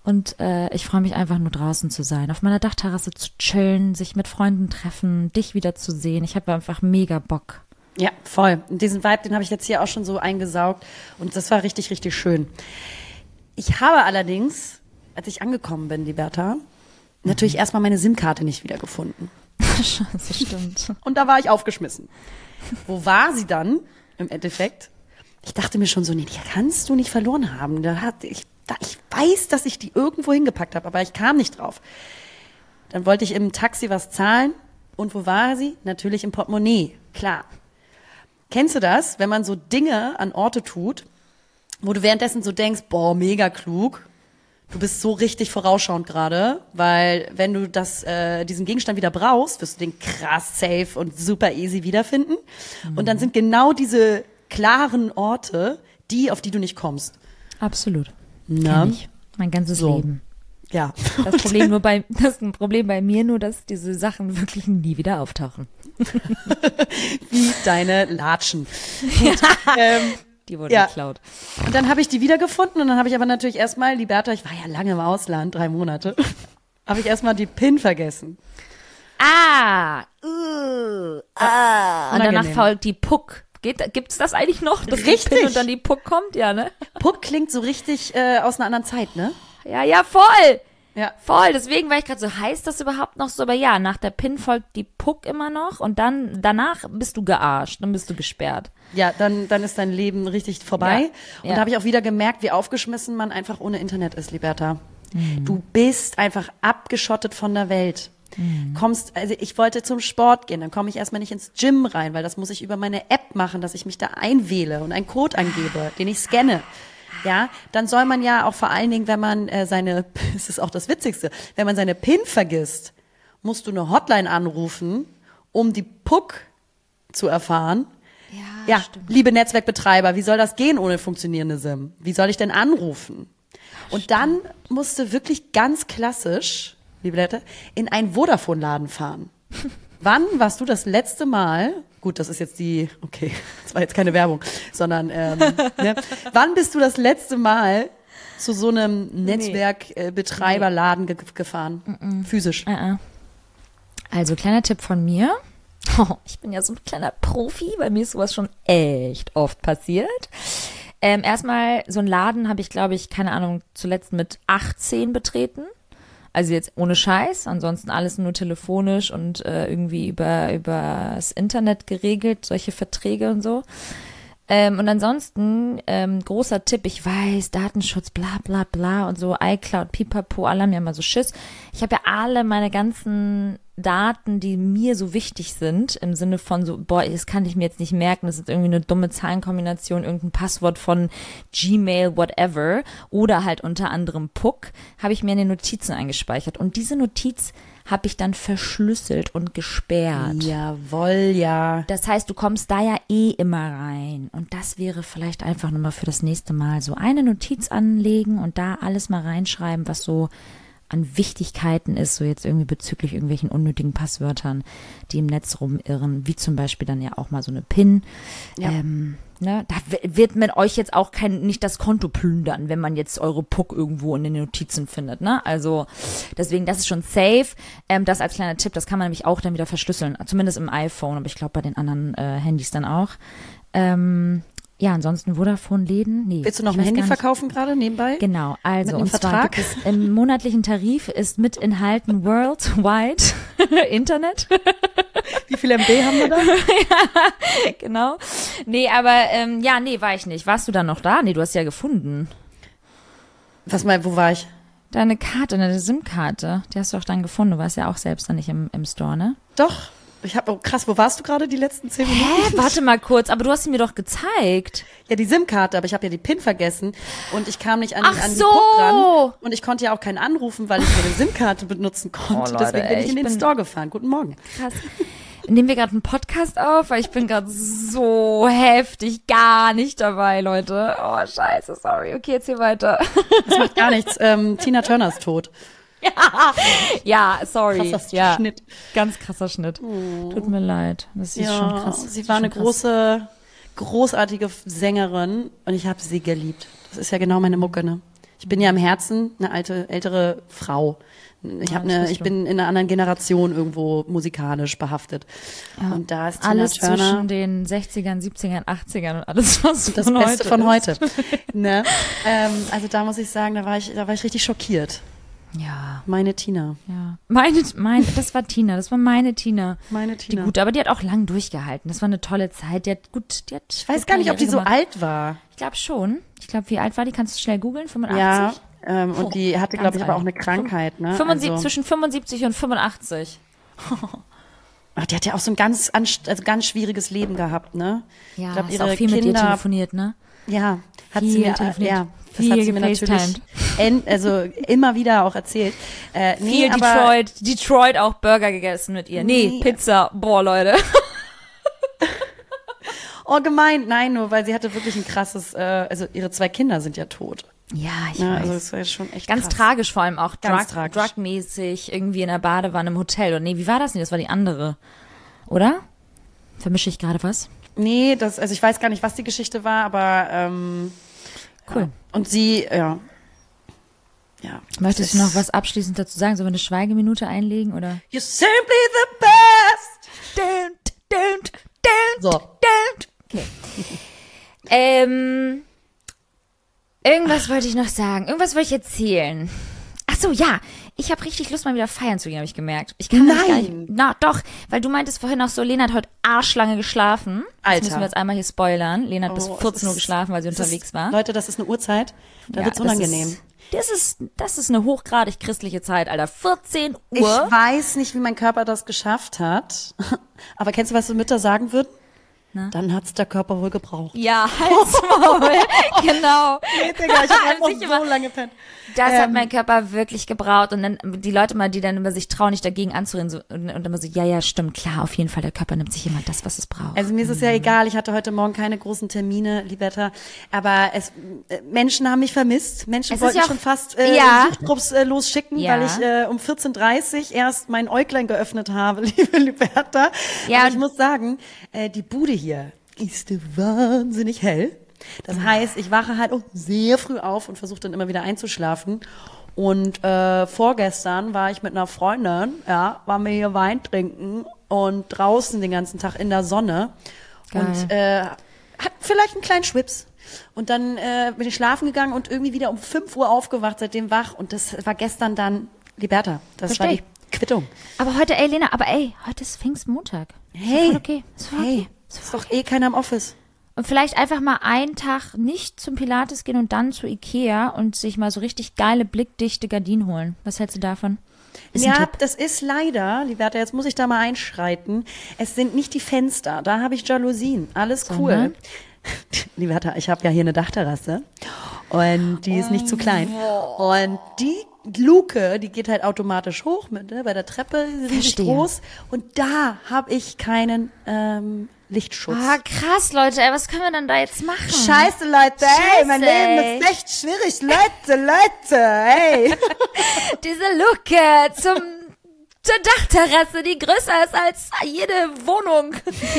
Und äh, ich freue mich einfach nur draußen zu sein, auf meiner Dachterrasse zu chillen, sich mit Freunden treffen, dich wieder zu sehen. Ich habe einfach mega Bock. Ja, voll. Und diesen Vibe, den habe ich jetzt hier auch schon so eingesaugt. Und das war richtig, richtig schön. Ich habe allerdings, als ich angekommen bin, Liberta, natürlich erstmal meine SIM-Karte nicht wiedergefunden. Scheiße, stimmt. Und da war ich aufgeschmissen. Wo war sie dann im Endeffekt? Ich dachte mir schon so, nee, die kannst du nicht verloren haben. Da hat, ich, da, ich weiß, dass ich die irgendwo hingepackt habe, aber ich kam nicht drauf. Dann wollte ich im Taxi was zahlen. Und wo war sie? Natürlich im Portemonnaie, klar. Kennst du das, wenn man so Dinge an Orte tut, wo du währenddessen so denkst, boah, mega klug, du bist so richtig vorausschauend gerade, weil wenn du das, äh, diesen Gegenstand wieder brauchst, wirst du den krass safe und super easy wiederfinden. Mhm. Und dann sind genau diese klaren Orte die, auf die du nicht kommst. Absolut. Na? Kenn ich. Mein ganzes So. Leben. Ja. Das Problem nur bei, das ist ein Problem bei mir nur, dass diese Sachen wirklich nie wieder auftauchen. Wie deine Latschen. Und, ähm, Die wurden ja. geklaut. Und dann habe ich die wiedergefunden und dann habe ich aber natürlich erstmal, Liberta, ich war ja lange im Ausland, drei Monate, habe ich erstmal die PIN vergessen. Ah, uh, ah. Und danach Unangenehm. folgt die Puck. Geht, gibt's das eigentlich noch? Dass die Richtig. Pin und dann die Puck kommt? Ja, ne? Puck klingt so richtig äh, aus einer anderen Zeit, ne? Ja, ja, voll. Ja. Voll. Deswegen war ich gerade so, heißt das überhaupt noch so? Aber ja, nach der Pin folgt die Puck immer noch und dann, danach bist du gearscht, dann bist du gesperrt. Ja, dann, dann ist dein Leben richtig vorbei. Ja. Und Ja. da habe ich auch wieder gemerkt, wie aufgeschmissen man einfach ohne Internet ist, Liberta. Du bist einfach abgeschottet von der Welt. Kommst, also ich wollte zum Sport gehen, dann komme ich erstmal nicht ins Gym rein, weil das muss ich über meine App machen, dass ich mich da einwähle und einen Code angebe, den ich scanne. Ja, dann soll man ja auch vor allen Dingen, wenn man äh, seine, das ist auch das Witzigste, wenn man seine PIN vergisst, musst du eine Hotline anrufen, um die Puck zu erfahren. Ja, stimmt. liebe Netzwerkbetreiber, wie soll das gehen ohne funktionierende SIM? Wie soll ich denn anrufen? Und dann musste wirklich ganz klassisch, liebe Leute, in einen Vodafone-Laden fahren. Wann warst du das letzte Mal, gut, das ist jetzt die, okay, das war jetzt keine Werbung, sondern, ähm, ne, wann bist du das letzte Mal zu so einem Netzwerkbetreiberladen ge gefahren? Physisch. Äh, äh. Also, kleiner Tipp von mir. Oh, ich bin ja so ein kleiner Profi, bei mir ist sowas schon echt oft passiert. Ähm, erstmal, so einen Laden habe ich, glaube ich, keine Ahnung, zuletzt mit achtzehn betreten. Also jetzt ohne Scheiß, ansonsten alles nur telefonisch und äh, irgendwie über übers Internet geregelt, solche Verträge und so. Ähm, und ansonsten, ähm, großer Tipp, ich weiß, Datenschutz, bla bla bla und so, iCloud, Pipapo, alle haben ja immer so Schiss. Ich habe ja alle meine ganzen Daten, die mir so wichtig sind, im Sinne von so, boah, das kann ich mir jetzt nicht merken, das ist irgendwie eine dumme Zahlenkombination, irgendein Passwort von Gmail, whatever, oder halt unter anderem Puck, habe ich mir in den Notizen eingespeichert. Und diese Notiz habe ich dann verschlüsselt und gesperrt. Jawohl, ja. Das heißt, du kommst da ja eh immer rein. Und das wäre vielleicht einfach nochmal für das nächste Mal so eine Notiz anlegen und da alles mal reinschreiben, was so an Wichtigkeiten ist, so jetzt irgendwie bezüglich irgendwelchen unnötigen Passwörtern, die im Netz rumirren, wie zum Beispiel dann ja auch mal so eine PIN. Ja. Ähm, ne, da w- wird man euch jetzt auch kein, nicht das Konto plündern, wenn man jetzt eure Puck irgendwo in den Notizen findet, ne? Also deswegen, das ist schon safe. Ähm, das als kleiner Tipp, das kann man nämlich auch dann wieder verschlüsseln, zumindest im iPhone, aber ich glaube bei den anderen äh, Handys dann auch. Ähm, ja, ansonsten Vodafone-Läden, nee. Willst du noch ich ein weiß Handy gar nicht. verkaufen gerade nebenbei? Genau, also Mit einem und zwar Vertrag? gibt es im monatlichen Tarif ist mit enthalten Worldwide Internet. Wie viel M B haben wir da? Genau. Nee, aber ähm, ja, nee, war ich nicht. Warst du dann noch da? Nee, du hast ja gefunden. Was mal, wo war ich? Deine Karte, deine SIM-Karte, die hast du auch dann gefunden. Du warst ja auch selbst dann nicht im, im Store, ne? Doch. Ich hab, oh krass, wo warst du gerade die letzten zehn Minuten? Hä, warte mal kurz, aber du hast sie mir doch gezeigt. Ja, die SIM-Karte, aber ich habe ja die PIN vergessen und ich kam nicht an, Ach an die so. Puck ran und ich konnte ja auch keinen anrufen, weil ich meine SIM-Karte benutzen konnte. Oh, Leute, Deswegen bin ey, ich in ich den bin- Store gefahren. Guten Morgen. Krass. Nehmen wir gerade einen Podcast auf, weil ich bin gerade so heftig gar nicht dabei, Leute. Oh, scheiße, sorry. Okay, jetzt hier weiter. Das macht gar nichts. Ähm, Tina Turner ist tot. Ja, sorry. Krasser ja. Schnitt. Ganz krasser Schnitt. Tut mir leid. Das ist schon krass. Das sie ist war schon eine krass. große, großartige Sängerin und ich habe sie geliebt. Das ist ja genau meine Mucke, ne? Ich bin ja im Herzen eine alte, ältere Frau. Ich Ja, habe das eine, bist ich du. bin in einer anderen Generation irgendwo musikalisch behaftet. Ja. Und da ist Tina Alles Turner zwischen den sechzigern, siebzigern, achtzigern und alles, was das von Beste heute von ist. heute. Ne? ähm, also da muss ich sagen, da war ich, da war ich richtig schockiert. Ja, Meine Tina. ja. Meine, meine, das war Tina, das war meine Tina. Meine Die Tina. gute, aber die hat auch lang durchgehalten. Das war eine tolle Zeit. Die hat gut, die hat Ich weiß gar nicht, ob die so alt war. Ich glaube schon. Ich glaube, wie alt war die? Kannst du schnell googeln? fünfundachtzig? Ja. Ähm, und Oh, die hatte, ganz glaube ich, aber alt. auch eine Krankheit. Ne? fünfundsiebzig, Also, Zwischen fünfundsiebzig und fünfundachtzig. ach, die hat ja auch so ein ganz, anst- also ganz schwieriges Leben gehabt, ne? Ja, ich glaube, hast ihre auch viel mit ihr Kinder, telefoniert, ne? ja, hat Viel sie mir, telefoniert. ja, das Viel hat sie mir natürlich, gefacetimed. en, also immer wieder auch erzählt. Äh, nee, Viel aber, Detroit, Detroit auch Burger gegessen mit ihr. Nee, Nee. Pizza. Boah, Leute. Oh, gemeint, nein, nur weil sie hatte wirklich ein krasses, äh, also ihre zwei Kinder sind ja tot. Ja, ich Ne? weiß. Also das war ja schon echt Ganz krass. tragisch vor allem auch. Ganz Drug, tragisch. Drugmäßig, irgendwie in der Badewanne im Hotel. Oder nee, wie war das denn? Das war die andere. Oder? Vermische ich gerade was? Nee, das, also ich weiß gar nicht, was die Geschichte war, aber ähm, Cool. ja. Und sie, ja. Ja. Möchtest das du ist- noch was Abschließend dazu sagen? Sollen wir eine Schweigeminute einlegen? Oder? You're simply the best. Don't, don't, don't, So. don't. Okay. ähm, irgendwas wollte ich noch sagen. Irgendwas wollte ich erzählen. Ach so, ja. Ich habe richtig Lust, mal wieder feiern zu gehen, habe ich gemerkt. Ich kann nämlich gar Nein. nicht. Na, doch, weil du meintest vorhin auch so, Lena hat heute arschlange geschlafen. Alter. Das müssen wir jetzt einmal hier spoilern. Lena hat bis Oh, es vierzehn Uhr ist- geschlafen, weil sie das unterwegs ist, war. Leute, das ist eine Uhrzeit. Da Ja, wird's das unangenehm. Ist, das ist, das ist eine hochgradig christliche Zeit, Alter. vierzehn Ich Uhr. weiß nicht, wie mein Körper das geschafft hat. Aber kennst du, was so Mütter sagen würden? Na? Dann hat's der Körper wohl gebraucht. Ja, Halsmaul. Genau. Nee, Digga, ich hab einfach Sich immer- so lange pennt. Das hat Ähm, mein Körper wirklich gebraucht. Und dann die Leute mal, die dann immer sich trauen, nicht dagegen anzureden. So, und, und immer so, ja, ja, stimmt, klar, auf jeden Fall, der Körper nimmt sich immer das, was es braucht. Also mir ist es ja egal, ich hatte heute Morgen keine großen Termine, Liberta, aber es, äh, Menschen haben mich vermisst. Menschen Es ist wollten ja auch- schon fast äh, Ja. Suchtrupps äh, losschicken, Ja. weil ich äh, um vierzehn Uhr dreißig erst mein Äuglein geöffnet habe, liebe Liberta. Ja. Aber ich muss sagen, äh, die Bude hier ist wahnsinnig hell. Das heißt, ich wache halt auch sehr früh auf und versuche dann immer wieder einzuschlafen. Und äh, vorgestern war ich mit einer Freundin, ja, waren wir hier Wein trinken und draußen den ganzen Tag in der Sonne. Geil. Und äh, hat vielleicht einen kleinen Schwips. Und dann äh, bin ich schlafen gegangen und irgendwie wieder um fünf Uhr aufgewacht, seitdem wach. Und das war gestern dann, Liberta, das Versteh war ich. die Quittung. Aber heute, ey, Lena, aber ey, heute ist Pfingstmontag. Ist Hey. voll okay. Ist voll Hey, okay. Ist ist voll doch eh keiner im Office. Und vielleicht einfach mal einen Tag nicht zum Pilates gehen und dann zu Ikea und sich mal so richtig geile, blickdichte Gardinen holen. Was hältst du davon? Ist ein Ja, Tipp. das ist leider, Liberta, jetzt muss ich da mal einschreiten. Es sind nicht die Fenster, da habe ich Jalousien. Alles cool. Sondern? Liberta, ich habe ja hier eine Dachterrasse und die ist nicht zu klein. Und die Luke, die geht halt automatisch hoch mit, ne, bei der Treppe, riesig Verstehe. groß. Und da habe ich keinen ähm, Lichtschutz. Ah, krass, Leute, ey, was können wir denn da jetzt machen? Scheiße, Leute, ey, mein Scheiße, Leben ey. ist echt schwierig, Leute, Leute, ey. Diese Luke zum zur Dachterrasse, die größer ist als jede Wohnung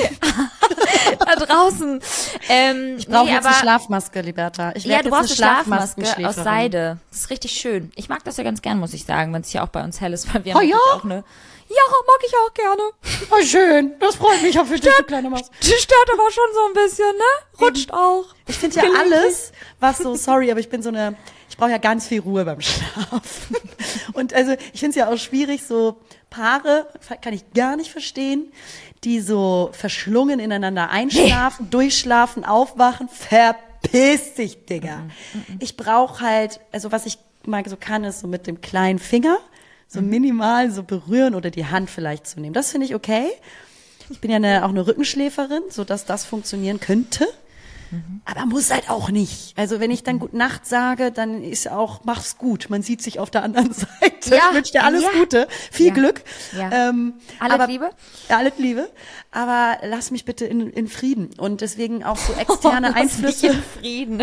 da draußen. Ähm, Ich brauche nee, jetzt aber, eine Schlafmaske, Liberta. Ich Ja, werd du jetzt brauchst eine Schlafmaske aus Schlafmaskenschläferin. Seide. Das ist richtig schön. Ich mag das ja ganz gern, muss ich sagen, wenn es hier auch bei uns hell ist, weil wir Oh haben ja? natürlich auch eine. Ja, mag ich auch gerne. Oh, schön. Das freut mich auch für dich, du kleine Maus. Die stört aber schon so ein bisschen, ne? Rutscht auch. Ich finde ja alles, was so, sorry, aber ich bin so eine, ich brauche ja ganz viel Ruhe beim Schlafen. Und also, ich finde es ja auch schwierig, so Paare, kann ich gar nicht verstehen, die so verschlungen ineinander einschlafen, durchschlafen, aufwachen, verpiss dich, Digga. Ich brauche halt, also was ich mal so kann, ist so mit dem kleinen Finger, so minimal so berühren oder die Hand vielleicht zu nehmen. Das finde ich okay. Ich bin ja eine, auch eine Rückenschläferin, so dass das funktionieren könnte. Aber muss halt auch nicht. Also wenn ich dann Gute Nacht sage, dann ist auch, mach's gut. Man sieht sich auf der anderen Seite. Ja, Ich wünsche dir alles ja. Gute, viel Ja. Glück. Ja. Ähm, Alles aber, Liebe? Ja, alles Liebe. Aber lass mich bitte in, in Frieden. Und deswegen auch so externe Lass Einflüsse. mich in Frieden.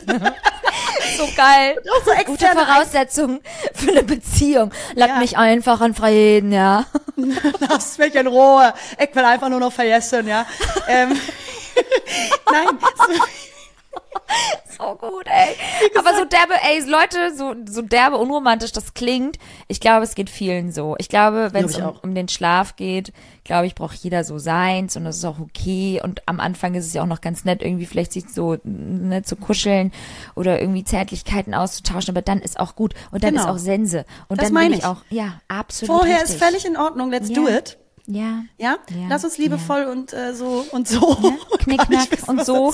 So geil. Auch so Gute externe Voraussetzungen für eine Beziehung. Lass Ja. mich einfach in Frieden, ja. Lass mich in Ruhe. Ich will einfach nur noch vergessen, ja. ähm, Nein. So, so gut, ey. Aber so derbe, ey, Leute, so, so derbe unromantisch das klingt, ich glaube, es geht vielen so. Ich glaube, wenn es um, um den Schlaf geht, glaube ich, braucht jeder so seins und das ist auch okay. Und am Anfang ist es ja auch noch ganz nett, irgendwie vielleicht sich so ne, zu kuscheln oder irgendwie Zärtlichkeiten auszutauschen, aber dann ist auch gut und dann genau. ist auch Sense. Und das dann meine bin ich ich auch, ja, absolut Vorher richtig. ist völlig in Ordnung, let's ja. do it. Ja. ja. Ja? Lass uns liebevoll ja. und äh, so und so. Ja? Knickknack wissen, und so.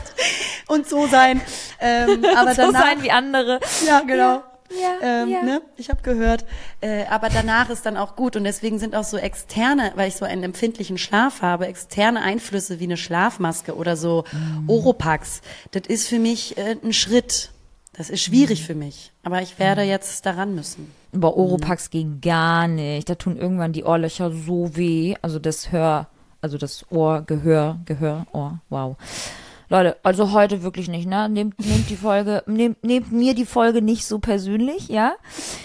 Und so sein. Ähm, aber und so danach, sein wie andere. Ja, genau. Ja, ähm, ja. Ne? Ich habe gehört. Äh, aber danach ist dann auch gut. Und deswegen sind auch so externe, weil ich so einen empfindlichen Schlaf habe, externe Einflüsse wie eine Schlafmaske oder so mm. Oropax. Das ist für mich äh, ein Schritt. Das ist schwierig mm. für mich. Aber ich werde mm. jetzt daran müssen. Über Oropax ging gar nicht. Da tun irgendwann die Ohrlöcher so weh. Also das Hör, also das Ohr, Gehör, Gehör, Ohr, wow. Leute, also heute wirklich nicht, ne? Nehmt, nehmt die Folge, nehmt, nehmt mir die Folge nicht so persönlich, ja?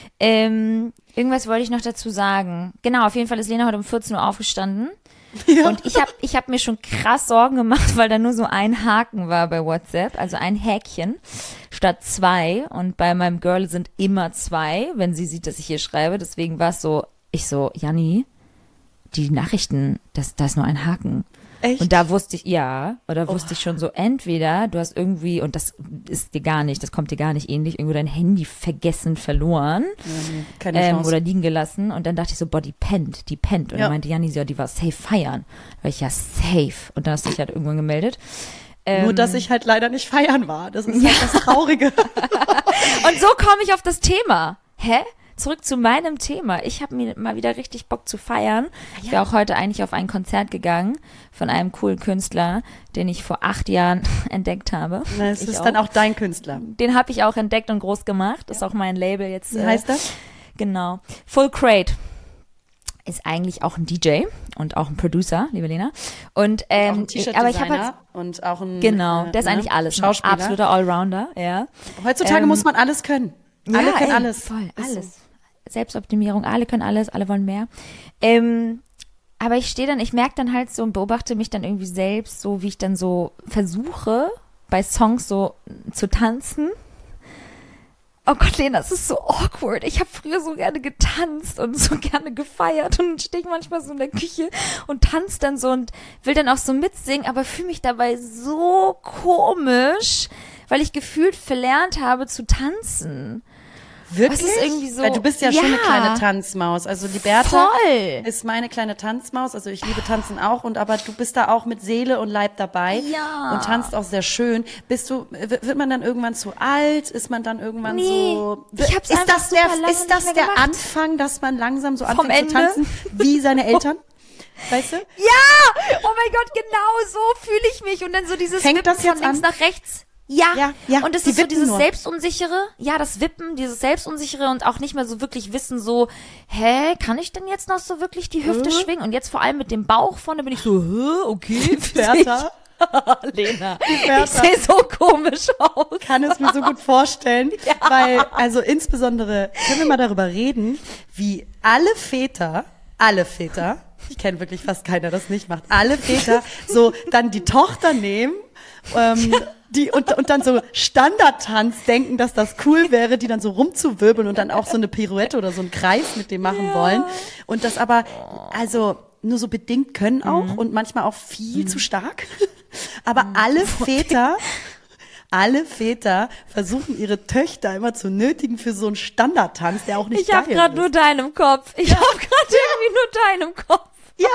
Ähm, irgendwas wollte ich noch dazu sagen. Genau, auf jeden Fall ist Lena heute um vierzehn Uhr aufgestanden. Ja. Und ich habe ich hab mir schon krass Sorgen gemacht, weil da nur so ein Haken war bei WhatsApp, also ein Häkchen statt zwei. Und bei meinem Girl sind immer zwei, wenn sie sieht, dass ich hier schreibe. Deswegen war es so, ich so, Janni, die Nachrichten, das, da ist nur ein Haken. Echt? Und da wusste ich, ja, oder oh. wusste ich schon so, entweder du hast irgendwie, und das ist dir gar nicht, das kommt dir gar nicht ähnlich, irgendwo dein Handy vergessen, verloren mhm, keine ähm, Chance. oder liegen gelassen. Und dann dachte ich so, boah, die pennt, die pennt. Und ja. dann meinte Janni so, die war safe feiern. Weil ich ja safe. Und dann hast du dich halt irgendwann gemeldet. Ähm, Nur, dass ich halt leider nicht feiern war. Das ist ja. halt das Traurige. Und so komme ich auf das Thema. Hä? Zurück zu meinem Thema. Ich habe mir mal wieder richtig Bock zu feiern. Ja. Ich wäre auch heute eigentlich auf ein Konzert gegangen von einem coolen Künstler, den ich vor acht Jahren entdeckt habe. Das ich ist auch. Dann auch dein Künstler. Den habe ich auch entdeckt und groß gemacht. Das ja. ist auch mein Label jetzt. Wie äh, heißt das? Genau. Full Crate. Ist eigentlich auch ein D J und auch ein Producer, liebe Lena. Und ähm, auch ein T-Shirt-Designer aber ich habe halt, und auch ein genau, der ist ne? eigentlich alles, Schauspieler, ein absoluter Allrounder, ja. Heutzutage ähm, muss man alles können. Ja, alle können ey, alles. Voll, ist alles. So. Selbstoptimierung, alle können alles, alle wollen mehr. Ähm, aber ich stehe dann, ich merke dann halt so und beobachte mich dann irgendwie selbst, so wie ich dann so versuche, bei Songs so zu tanzen. Oh Gott, Lena, das ist so awkward. Ich habe früher so gerne getanzt und so gerne gefeiert und stehe ich manchmal so in der Küche und tanze dann so und will dann auch so mitsingen, aber fühle mich dabei so komisch, weil ich gefühlt verlernt habe zu tanzen. Wirklich? Was ist irgendwie so, weil du bist ja, ja schon eine kleine Tanzmaus. Also die Bertha voll. ist meine kleine Tanzmaus. Also ich liebe Tanzen auch. Und aber du bist da auch mit Seele und Leib dabei. Ja. Und tanzt auch sehr schön. Bist du, wird man dann irgendwann zu alt? Ist man dann irgendwann nee, so? Ich hab's ist das der, super ist das der gemacht. Anfang, dass man langsam so Vom anfängt Ende? zu tanzen? Wie seine Eltern? Weißt du? Ja! Oh mein Gott, genau so fühle ich mich. Und dann so dieses Fängt Wippen das jetzt von links an? nach rechts. Ja, ja, ja, und es ist so dieses nur. Selbstunsichere, ja, das Wippen, dieses Selbstunsichere und auch nicht mehr so wirklich wissen so, hä, kann ich denn jetzt noch so wirklich die Hüfte hm? schwingen? Und jetzt vor allem mit dem Bauch vorne bin ich so, hä, okay, Bertha. Lena, ich sehe so komisch aus. Kann es mir so gut vorstellen, ja. Weil, also insbesondere, können wir mal darüber reden, wie alle Väter, alle Väter, ich kenne wirklich fast keiner, der das nicht macht, alle Väter so dann die Tochter nehmen, ähm, die und, und dann so Standardtanz denken, dass das cool wäre, die dann so rumzuwirbeln und dann auch so eine Pirouette oder so einen Kreis mit dem machen ja. wollen. Und das aber, also nur so bedingt können auch mhm. und manchmal auch viel mhm. zu stark. Aber mhm. alle Väter, alle Väter versuchen ihre Töchter immer zu nötigen für so einen Standardtanz, der auch nicht ich geil hab grad ist. Nur deinen im Kopf. Ich ja. habe gerade irgendwie nur deinen im Kopf. Ja.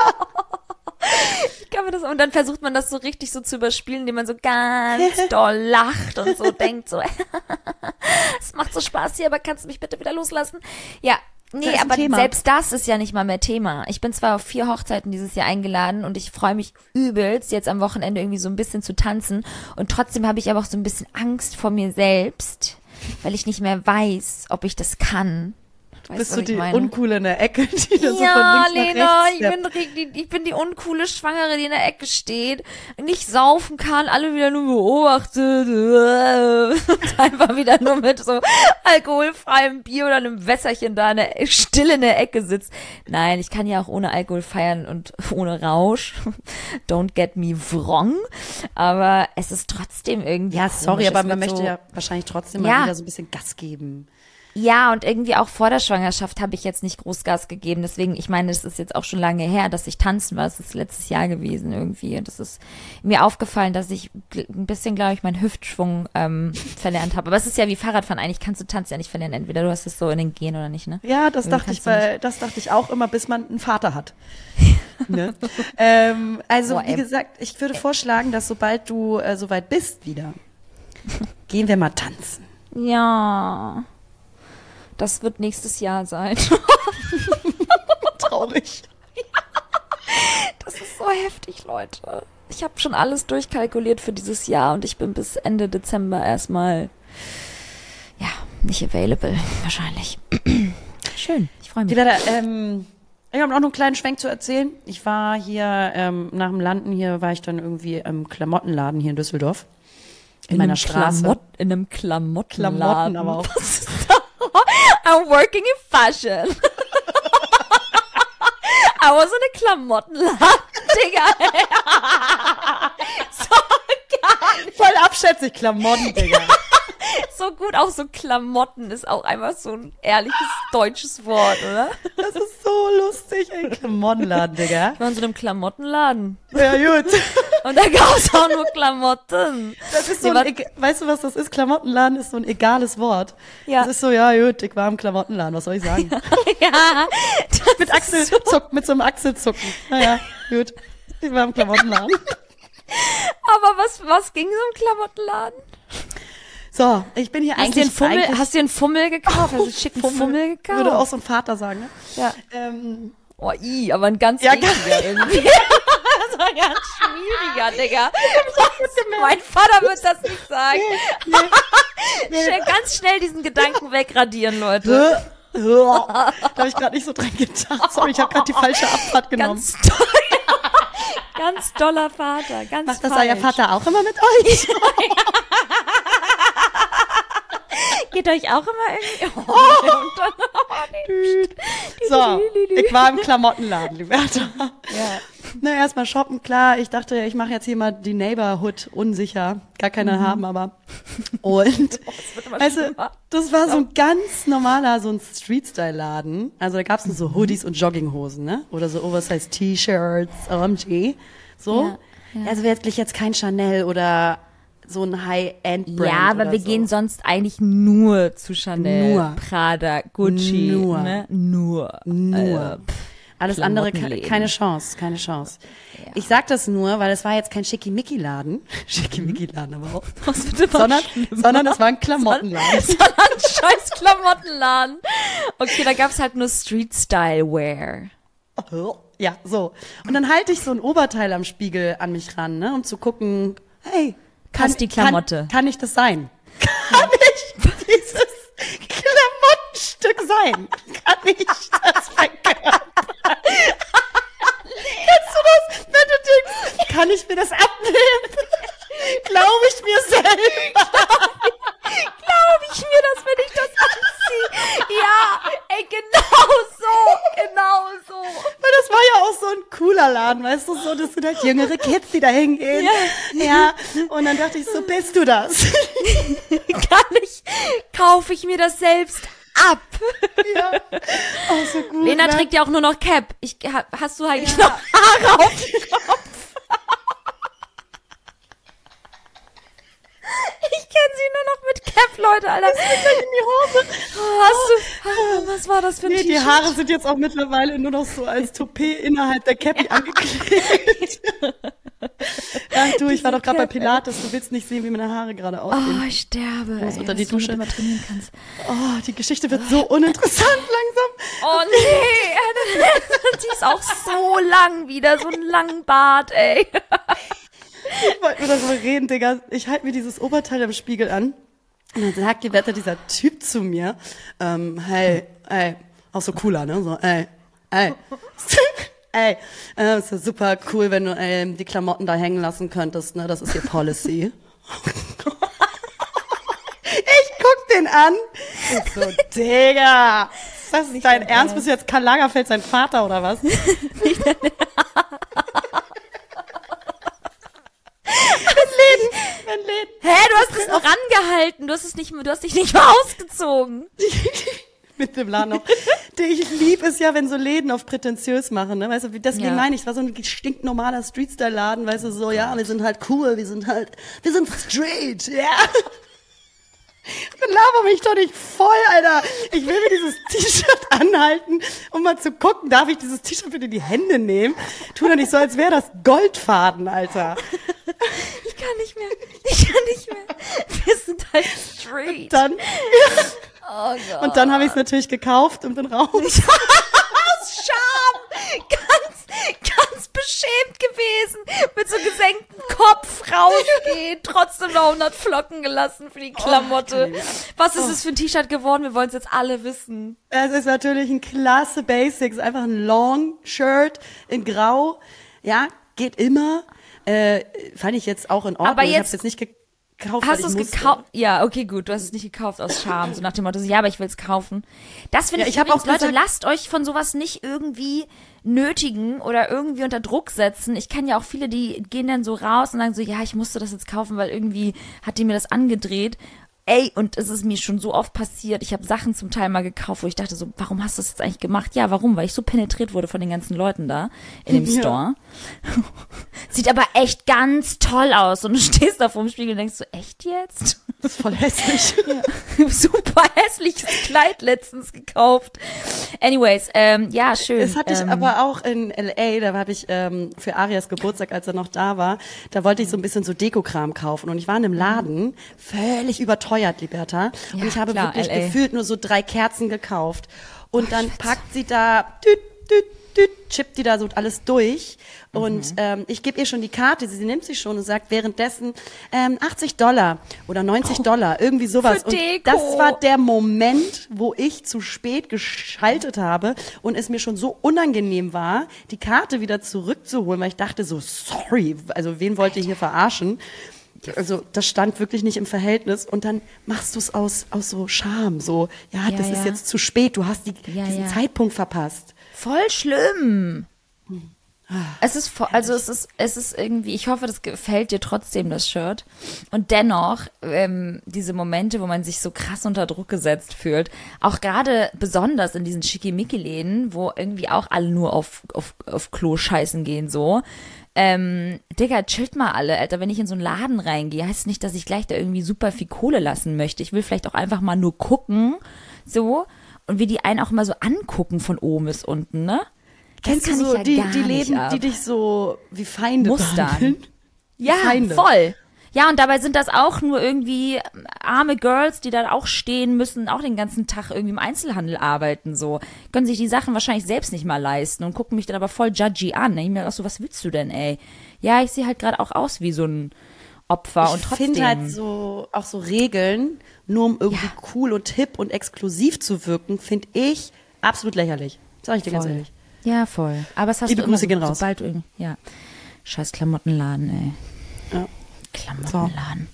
Ich kann mir das, und dann versucht man das so richtig so zu überspielen, indem man so ganz doll lacht und so denkt so, es macht so Spaß hier, aber kannst du mich bitte wieder loslassen? Ja, nee, aber Thema. Selbst das ist ja nicht mal mehr Thema. Ich bin zwar auf vier Hochzeiten dieses Jahr eingeladen und ich freue mich übelst, jetzt am Wochenende irgendwie so ein bisschen zu tanzen und trotzdem habe ich aber auch so ein bisschen Angst vor mir selbst, weil ich nicht mehr weiß, ob ich das kann. Weißt, bist was du ich die meine? Uncoole in der Ecke, die da so von Ja, links nach Lena, rechts ich bin, steppt. die, ich bin die uncoole Schwangere, die in der Ecke steht, nicht saufen kann, alle wieder nur beobachtet und einfach wieder nur mit so alkoholfreiem Bier oder einem Wässerchen da in der, still in der Ecke sitzt. Nein, ich kann ja auch ohne Alkohol feiern und ohne Rausch. Don't get me wrong. Aber es ist trotzdem irgendwie Ja, sorry, komisch. aber Es man wird möchte so, ja wahrscheinlich trotzdem Ja. mal wieder so ein bisschen Gas geben. Ja, und irgendwie auch vor der Schwangerschaft habe ich jetzt nicht groß Gas gegeben. Deswegen, ich meine, es ist jetzt auch schon lange her, dass ich tanzen war. Es ist letztes Jahr gewesen irgendwie. Und es ist mir aufgefallen, dass ich gl- ein bisschen, glaube ich, meinen Hüftschwung ähm, verlernt habe. Aber es ist ja wie Fahrradfahren. Eigentlich kannst du Tanzen ja nicht verlernen. Entweder du hast es so in den Genen oder nicht, ne? Ja, das Irgendwie dachte kannst ich du bei, das dachte ich auch immer, bis man einen Vater hat. ne? ähm, also, Boah, wie ey. gesagt, ich würde vorschlagen, dass sobald du äh, soweit bist wieder, gehen wir mal tanzen. Ja. Das wird nächstes Jahr sein. Traurig. Das ist so heftig, Leute. Ich habe schon alles durchkalkuliert für dieses Jahr und ich bin bis Ende Dezember erstmal, ja, nicht available, wahrscheinlich. Schön, ich freue mich. Die Leute, ähm, ich habe auch noch einen kleinen Schwenk zu erzählen. Ich war hier, ähm, nach dem Landen hier, war ich dann irgendwie im Klamottenladen hier in Düsseldorf. In, meiner einem Straße. Klamott, in einem Klamottenladen. Klamotten aber auch. I'm working in fashion. Aber so eine Klamottenladen, Digga. So geil. Voll abschätzig, Klamotten, Digga. So gut, auch so Klamotten ist auch einfach so ein ehrliches deutsches Wort, oder? Das ist so lustig, ey. Klamottenladen, Digga. Ich war in so einem Klamottenladen. Ja, gut. Und da gab es auch nur Klamotten. Das ist so Nee, ein, wa- eg- weißt du, was das ist? Klamottenladen ist so ein egales Wort. Ja. Das ist so, ja, gut, ich war im Klamottenladen, was soll ich sagen? Ja, das mit ist Achselzuck, mit so einem Achselzucken. Naja, gut, ich war im Klamottenladen. Aber was, was ging so im Klamottenladen? So, ich bin hier Hast du dir eigentlich... einen Fummel, eigentlich hast du dir einen Fummel gekauft? Hast du einen schicken Fummel, gekauft? Würde auch so ein Vater sagen, ne? Ja. Ähm, Oh, i, aber ein ganz Ja, ekliger irgendwie. Das war ja ein schwieriger, Digga. Mein Vater wird das nicht sagen. Schnell, ganz schnell diesen Gedanken wegradieren, Leute. da habe ich gerade nicht so dran gedacht. Sorry, ich habe gerade die falsche Abfahrt genommen. Ganz toll. Ganz doller Vater, ganz Macht das falsch. euer Vater auch immer mit euch? Geht euch auch immer irgendwie... Oh, und dann, oh, nee. So, ich war im Klamottenladen, Liberta. Ja. Na, erstmal shoppen, klar. Ich dachte, ich mache jetzt hier mal die Neighborhood unsicher. Gar keine Mhm. haben, aber. Und, wird immer weißt du, schlimmer. das war so ein ganz normaler, so ein Street-Style-Laden. Also da gab's nur so Hoodies und Jogginghosen, ne? Oder so Oversize-T-Shirts, O M G. So. Ja, ja. Also wirklich jetzt kein Chanel oder so ein High-End-Brand. Ja, aber oder wir so. gehen sonst eigentlich nur zu Chanel, Nur. Prada, Gucci. Nur. Ne? Nur. Nur. Äh, pff, Alles andere ke- Klamottenläden. keine Chance, keine Chance. Ich sag das nur, weil es war jetzt kein Schickimicki-Laden, Schickimicki-Laden aber auch, Das wird immer sondern, schlimmer. sondern es war ein Klamottenladen. Sondern ein scheiß Klamottenladen. Okay, da gab's halt nur Street-Style-Wear. Ja, so. Und dann halte ich so ein Oberteil am Spiegel an mich ran, ne, um zu gucken, hey, kann, Passt die Klamotte? Kann, kann ich das sein? Kann ich dieses Klamottenstück sein? Kann ich das verkörpern? Kennst du das, wenn du denkst, kann ich mir das abnehmen? Glaube ich mir selber? Glaube ich mir das, wenn ich das anziehe? Ja, ey, genau so, genau so. Weil das war ja auch so ein cooler Laden, weißt du, so, das sind halt jüngere Kids, die da hingehen. Ja. ja. Und dann dachte ich, so bist du das. Kann ich, kaufe ich mir das selbst ab? ja. Oh, so gut. Lena ne? trägt ja auch nur noch Cap. Ich, ha- hast du eigentlich noch Haare auf dem Kopf? Ich kenne sie nur noch mit Cap, Leute, Alter. in die Hose. Hast du, ah, was war das für ein Nee, die T-Shirt? Haare sind jetzt auch mittlerweile nur noch so als Toupet innerhalb der Cappy angeklebt. Ach du, ich war doch gerade bei Cap, ey. Pilates. Du willst nicht sehen, wie meine Haare gerade Oh, aussehen. ich sterbe. muss Ey, unter die dass du Dusche. nicht immer trainieren kannst. Oh, die Geschichte wird so uninteressant langsam. Oh nee, die ist auch so lang wieder, so einen langen Bart, ey. Ich wollte nur darüber reden, Digga. Ich halte mir dieses Oberteil am Spiegel an. Und dann sagt die Wetter dieser Typ zu mir, ähm, hey, hey, Auch so cooler, ne? So, ey, ey, ey, äh, ist ja super cool, wenn du ey, die Klamotten da hängen lassen könntest, ne? Das ist hier Policy. Ich guck den an. Ich so, Digga, ist das nicht dein Ernst? Bist du jetzt Karl Lagerfeld, sein Vater oder was? Nicht dein Hä, du hast es noch rangehalten, du hast es nicht, du hast dich nicht mal ausgezogen. Mit dem Laden noch. Ich liebe es ja, wenn so Läden auf prätentiös machen, ne? Weißt du, deswegen Ja. meine ich, es war so ein stinknormaler Streetstyle-Laden, weißt du, so, ja, wir sind halt cool, wir sind halt, wir sind straight, ja. Laber mich doch nicht voll, Alter. Ich will mir dieses T-Shirt anhalten, um mal zu gucken, darf ich dieses T-Shirt bitte in die Hände nehmen? Tu doch nicht so, als wäre das Goldfaden, Alter. Ich kann nicht mehr, ich kann nicht mehr. Wir sind halt straight. Dann, Oh Gott. und dann habe ich es natürlich gekauft und bin raus. Aus Scham, ganz, ganz beschämt gewesen, mit so gesenktem Kopf rausgehen, trotzdem noch hundert Flocken gelassen für die Klamotte. Was ist es für ein T-Shirt geworden? Wir wollen es jetzt alle wissen. Es ist natürlich ein klasse Basics, einfach ein Long-Shirt in Grau. Ja, geht immer. Äh, fand ich jetzt auch in Ordnung. Aber ich jetzt- habe es jetzt nicht gekauft, Hast weil du ich es musste. gekauft? Ja, okay, gut. Du hast es nicht gekauft aus Scham. So nach dem Motto, so, ja, aber ich will es kaufen. Das finde Ja, ich, ich hab übrigens, auch Leute, gesagt- lasst euch von sowas nicht irgendwie nötigen oder irgendwie unter Druck setzen. Ich kenne ja auch viele, die gehen dann so raus und sagen so, ja, ich musste das jetzt kaufen, weil irgendwie hat die mir das angedreht. Ey, und es ist mir schon so oft passiert, ich habe Sachen zum Teil mal gekauft, wo ich dachte so, warum hast du das jetzt eigentlich gemacht? Ja, warum? Weil ich so penetriert wurde von den ganzen Leuten da in dem Ja. Store. Sieht aber echt ganz toll aus. Und du stehst da vor dem Spiegel und denkst so, echt jetzt? Das ist voll hässlich. Super hässliches Kleid letztens gekauft. Anyways, ähm, ja, schön. Das hatte ich ähm, aber auch in L A, da habe ich ähm, für Arias Geburtstag, als er noch da war, da wollte ich so ein bisschen so Dekokram kaufen und ich war in einem Laden, völlig überteuert, Liberta, und Ja, ich habe klar, wirklich L A. gefühlt nur so drei Kerzen gekauft und dann packt sie da, düt, düt, düt, chippt die da so alles durch und ähm, ich gebe ihr schon die Karte, sie, sie nimmt sie schon und sagt währenddessen ähm, achtzig Dollar oder neunzig Dollar, irgendwie sowas. Für Und Deko. das war der Moment, wo ich zu spät geschaltet habe und es mir schon so unangenehm war, die Karte wieder zurückzuholen, weil ich dachte so, sorry, also wen wollt ihr hier verarschen? Also das stand wirklich nicht im Verhältnis und dann machst du es aus, aus so Scham, so, ja, Ja, das ja. ist jetzt zu spät, du hast die, Ja, diesen ja. Zeitpunkt verpasst. voll schlimm. Ah, Es ist, vo- also es ist, es ist irgendwie, ich hoffe, das gefällt dir trotzdem, das Shirt. Und dennoch, ähm, diese Momente, wo man sich so krass unter Druck gesetzt fühlt, auch gerade besonders in diesen Schickimicki-Läden, wo irgendwie auch alle nur auf, auf, auf Klo scheißen gehen, so. Ähm, Digga, chillt mal alle, Alter. Wenn ich in so einen Laden reingehe, heißt nicht, dass ich gleich da irgendwie super viel Kohle lassen möchte. Ich will vielleicht auch einfach mal nur gucken, so. Und wie die einen auch immer so angucken von oben bis unten, ne? Das Kennst du kann so ich ja die, gar die nicht Läden, ab. die dich so wie Feinde Mustern. behandeln? Ja, Feinde. voll. Ja, und dabei sind das auch nur irgendwie arme Girls, die da auch stehen müssen, auch den ganzen Tag irgendwie im Einzelhandel arbeiten, so. Können sich die Sachen wahrscheinlich selbst nicht mal leisten und gucken mich dann aber voll judgy an. Ich mir auch so, was willst du denn, ey? Ja, ich sehe halt gerade auch aus wie so ein Opfer und Ich trotzdem. finde halt so, auch so Regeln, nur um irgendwie Ja. cool und hip und exklusiv zu wirken, finde ich absolut lächerlich. Sag ich dir ganz Voll. ehrlich. Ja, voll. Aber was hast Liebe du immer Grüße gehen so, raus. sobald du irgendwie, ja. Scheiß Klamottenladen, ey. Ja. Klamottenladen.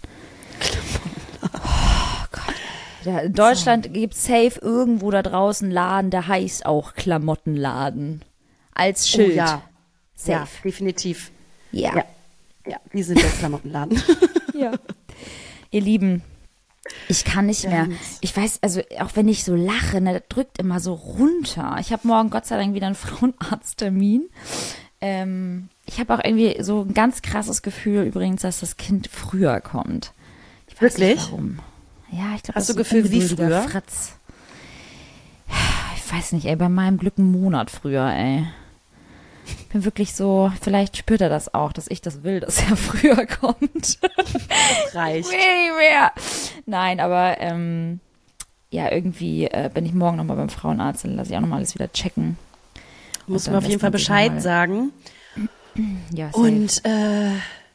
Oh Gott. Ja, in Deutschland gibt es safe irgendwo da draußen einen Laden, der heißt auch Klamottenladen. Als Schild. Oh ja. Safe. Ja, definitiv. Ja. Ja. Ja, wir sind der Klamottenladen. Ja. Ihr Lieben, ich kann nicht mehr. Ganz. Ich weiß, also auch wenn ich so lache, ne, das drückt immer so runter. Ich habe morgen Gott sei Dank wieder einen Frauenarzttermin. Ähm, ich habe auch irgendwie so ein ganz krasses Gefühl übrigens, dass das Kind früher kommt. Ich weiß Wirklich? nicht warum. Ja, ich glaube, Hast das du ist ein Gefühl, wie ungeduldiger früher? Fratz. Ich weiß nicht, ey, bei meinem Glück einen Monat früher, ey. Ich bin wirklich so, vielleicht spürt er das auch, dass ich das will, dass er früher kommt. Reicht. Will nicht mehr. Nein, aber ähm, ja, irgendwie äh, bin ich morgen nochmal beim Frauenarzt, dann lasse ich auch nochmal alles wieder checken. Muss dann mir auf jeden lässt Fall man sich Bescheid nochmal- sagen. Ja, safe. Und äh,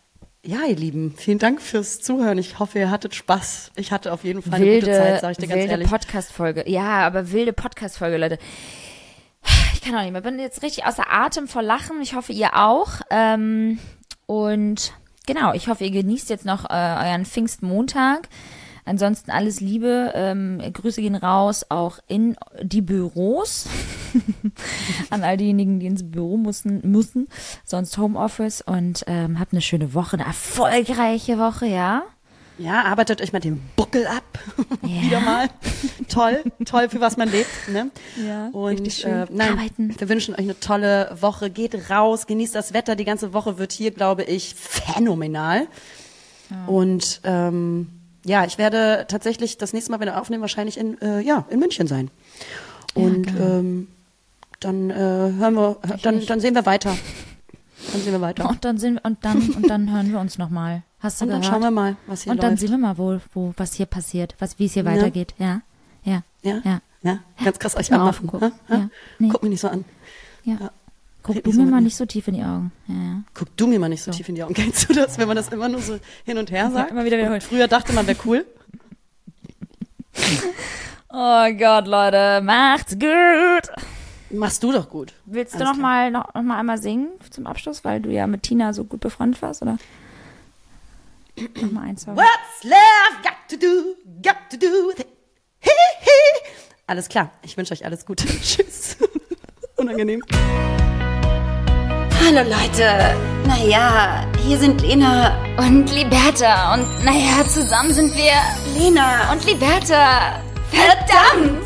Ja, ihr Lieben, vielen Dank fürs Zuhören. Ich hoffe, ihr hattet Spaß. Ich hatte auf jeden Fall wilde, eine gute Zeit, sag ich dir ganz wilde ehrlich. Podcast-Folge. Ja, aber wilde Podcast-Folge, Leute. Ich kann auch nicht mehr. Bin jetzt richtig außer Atem vor Lachen. Ich hoffe, ihr auch. Ähm, und genau, ich hoffe, ihr genießt jetzt noch äh, euren Pfingstmontag. Ansonsten alles Liebe. Ähm, Grüße gehen raus, auch in die Büros. An all diejenigen, die ins Büro mussten, müssen. Sonst Homeoffice. Und ähm, habt eine schöne Woche, eine erfolgreiche Woche, ja? Ja, arbeitet euch mal den Buckel ab. Ja. Wieder mal. Toll, toll, für was man lebt. Ne? Ja, und richtig schön. Äh, nein, Arbeiten. wir wünschen euch eine tolle Woche. Geht raus, genießt das Wetter. Die ganze Woche wird hier, glaube ich, phänomenal. Ja. Und ähm, ja, ich werde tatsächlich das nächste Mal, wenn wir aufnehmen, wahrscheinlich in, äh, ja, in München sein. Und Ja, ähm, dann äh, hören wir, dann, dann sehen wir weiter. Dann sehen wir weiter. Und dann sind und dann und dann hören wir uns nochmal. Hast du Und dann gehört? schauen wir mal, was hier Und läuft. dann sehen wir mal, wo, wo was hier passiert, was wie es hier Ja. weitergeht. Ja, ja, Ja? ja. Ja, ganz krass euch mal anmachen. aufgucken. Ha? Ha? Ja. Nee. Guck mich nicht so an. ja. Ja. Guck Red du nicht so mir mit mal mir. nicht so tief in die Augen. Ja, ja. Guck du mir mal nicht so, So. tief in die Augen. Kennst du das, wenn man das immer nur so hin und her sagt? immer wieder wiederholt. Früher dachte man, wäre cool. Oh Gott, Leute, macht's gut. Machst du doch gut. Willst du Alles noch mal, noch, noch mal einmal singen zum Abschluss, weil du ja mit Tina so gut befreundet warst, oder? Noch mal eins. Sorry. What's love got to do, got to do with it. Hi, hi. Alles klar, ich wünsche euch alles Gute. Tschüss. Unangenehm. Hallo Leute, naja, hier sind Lena Und Liberta. Und naja, zusammen sind wir Lena und Liberta. verdammt!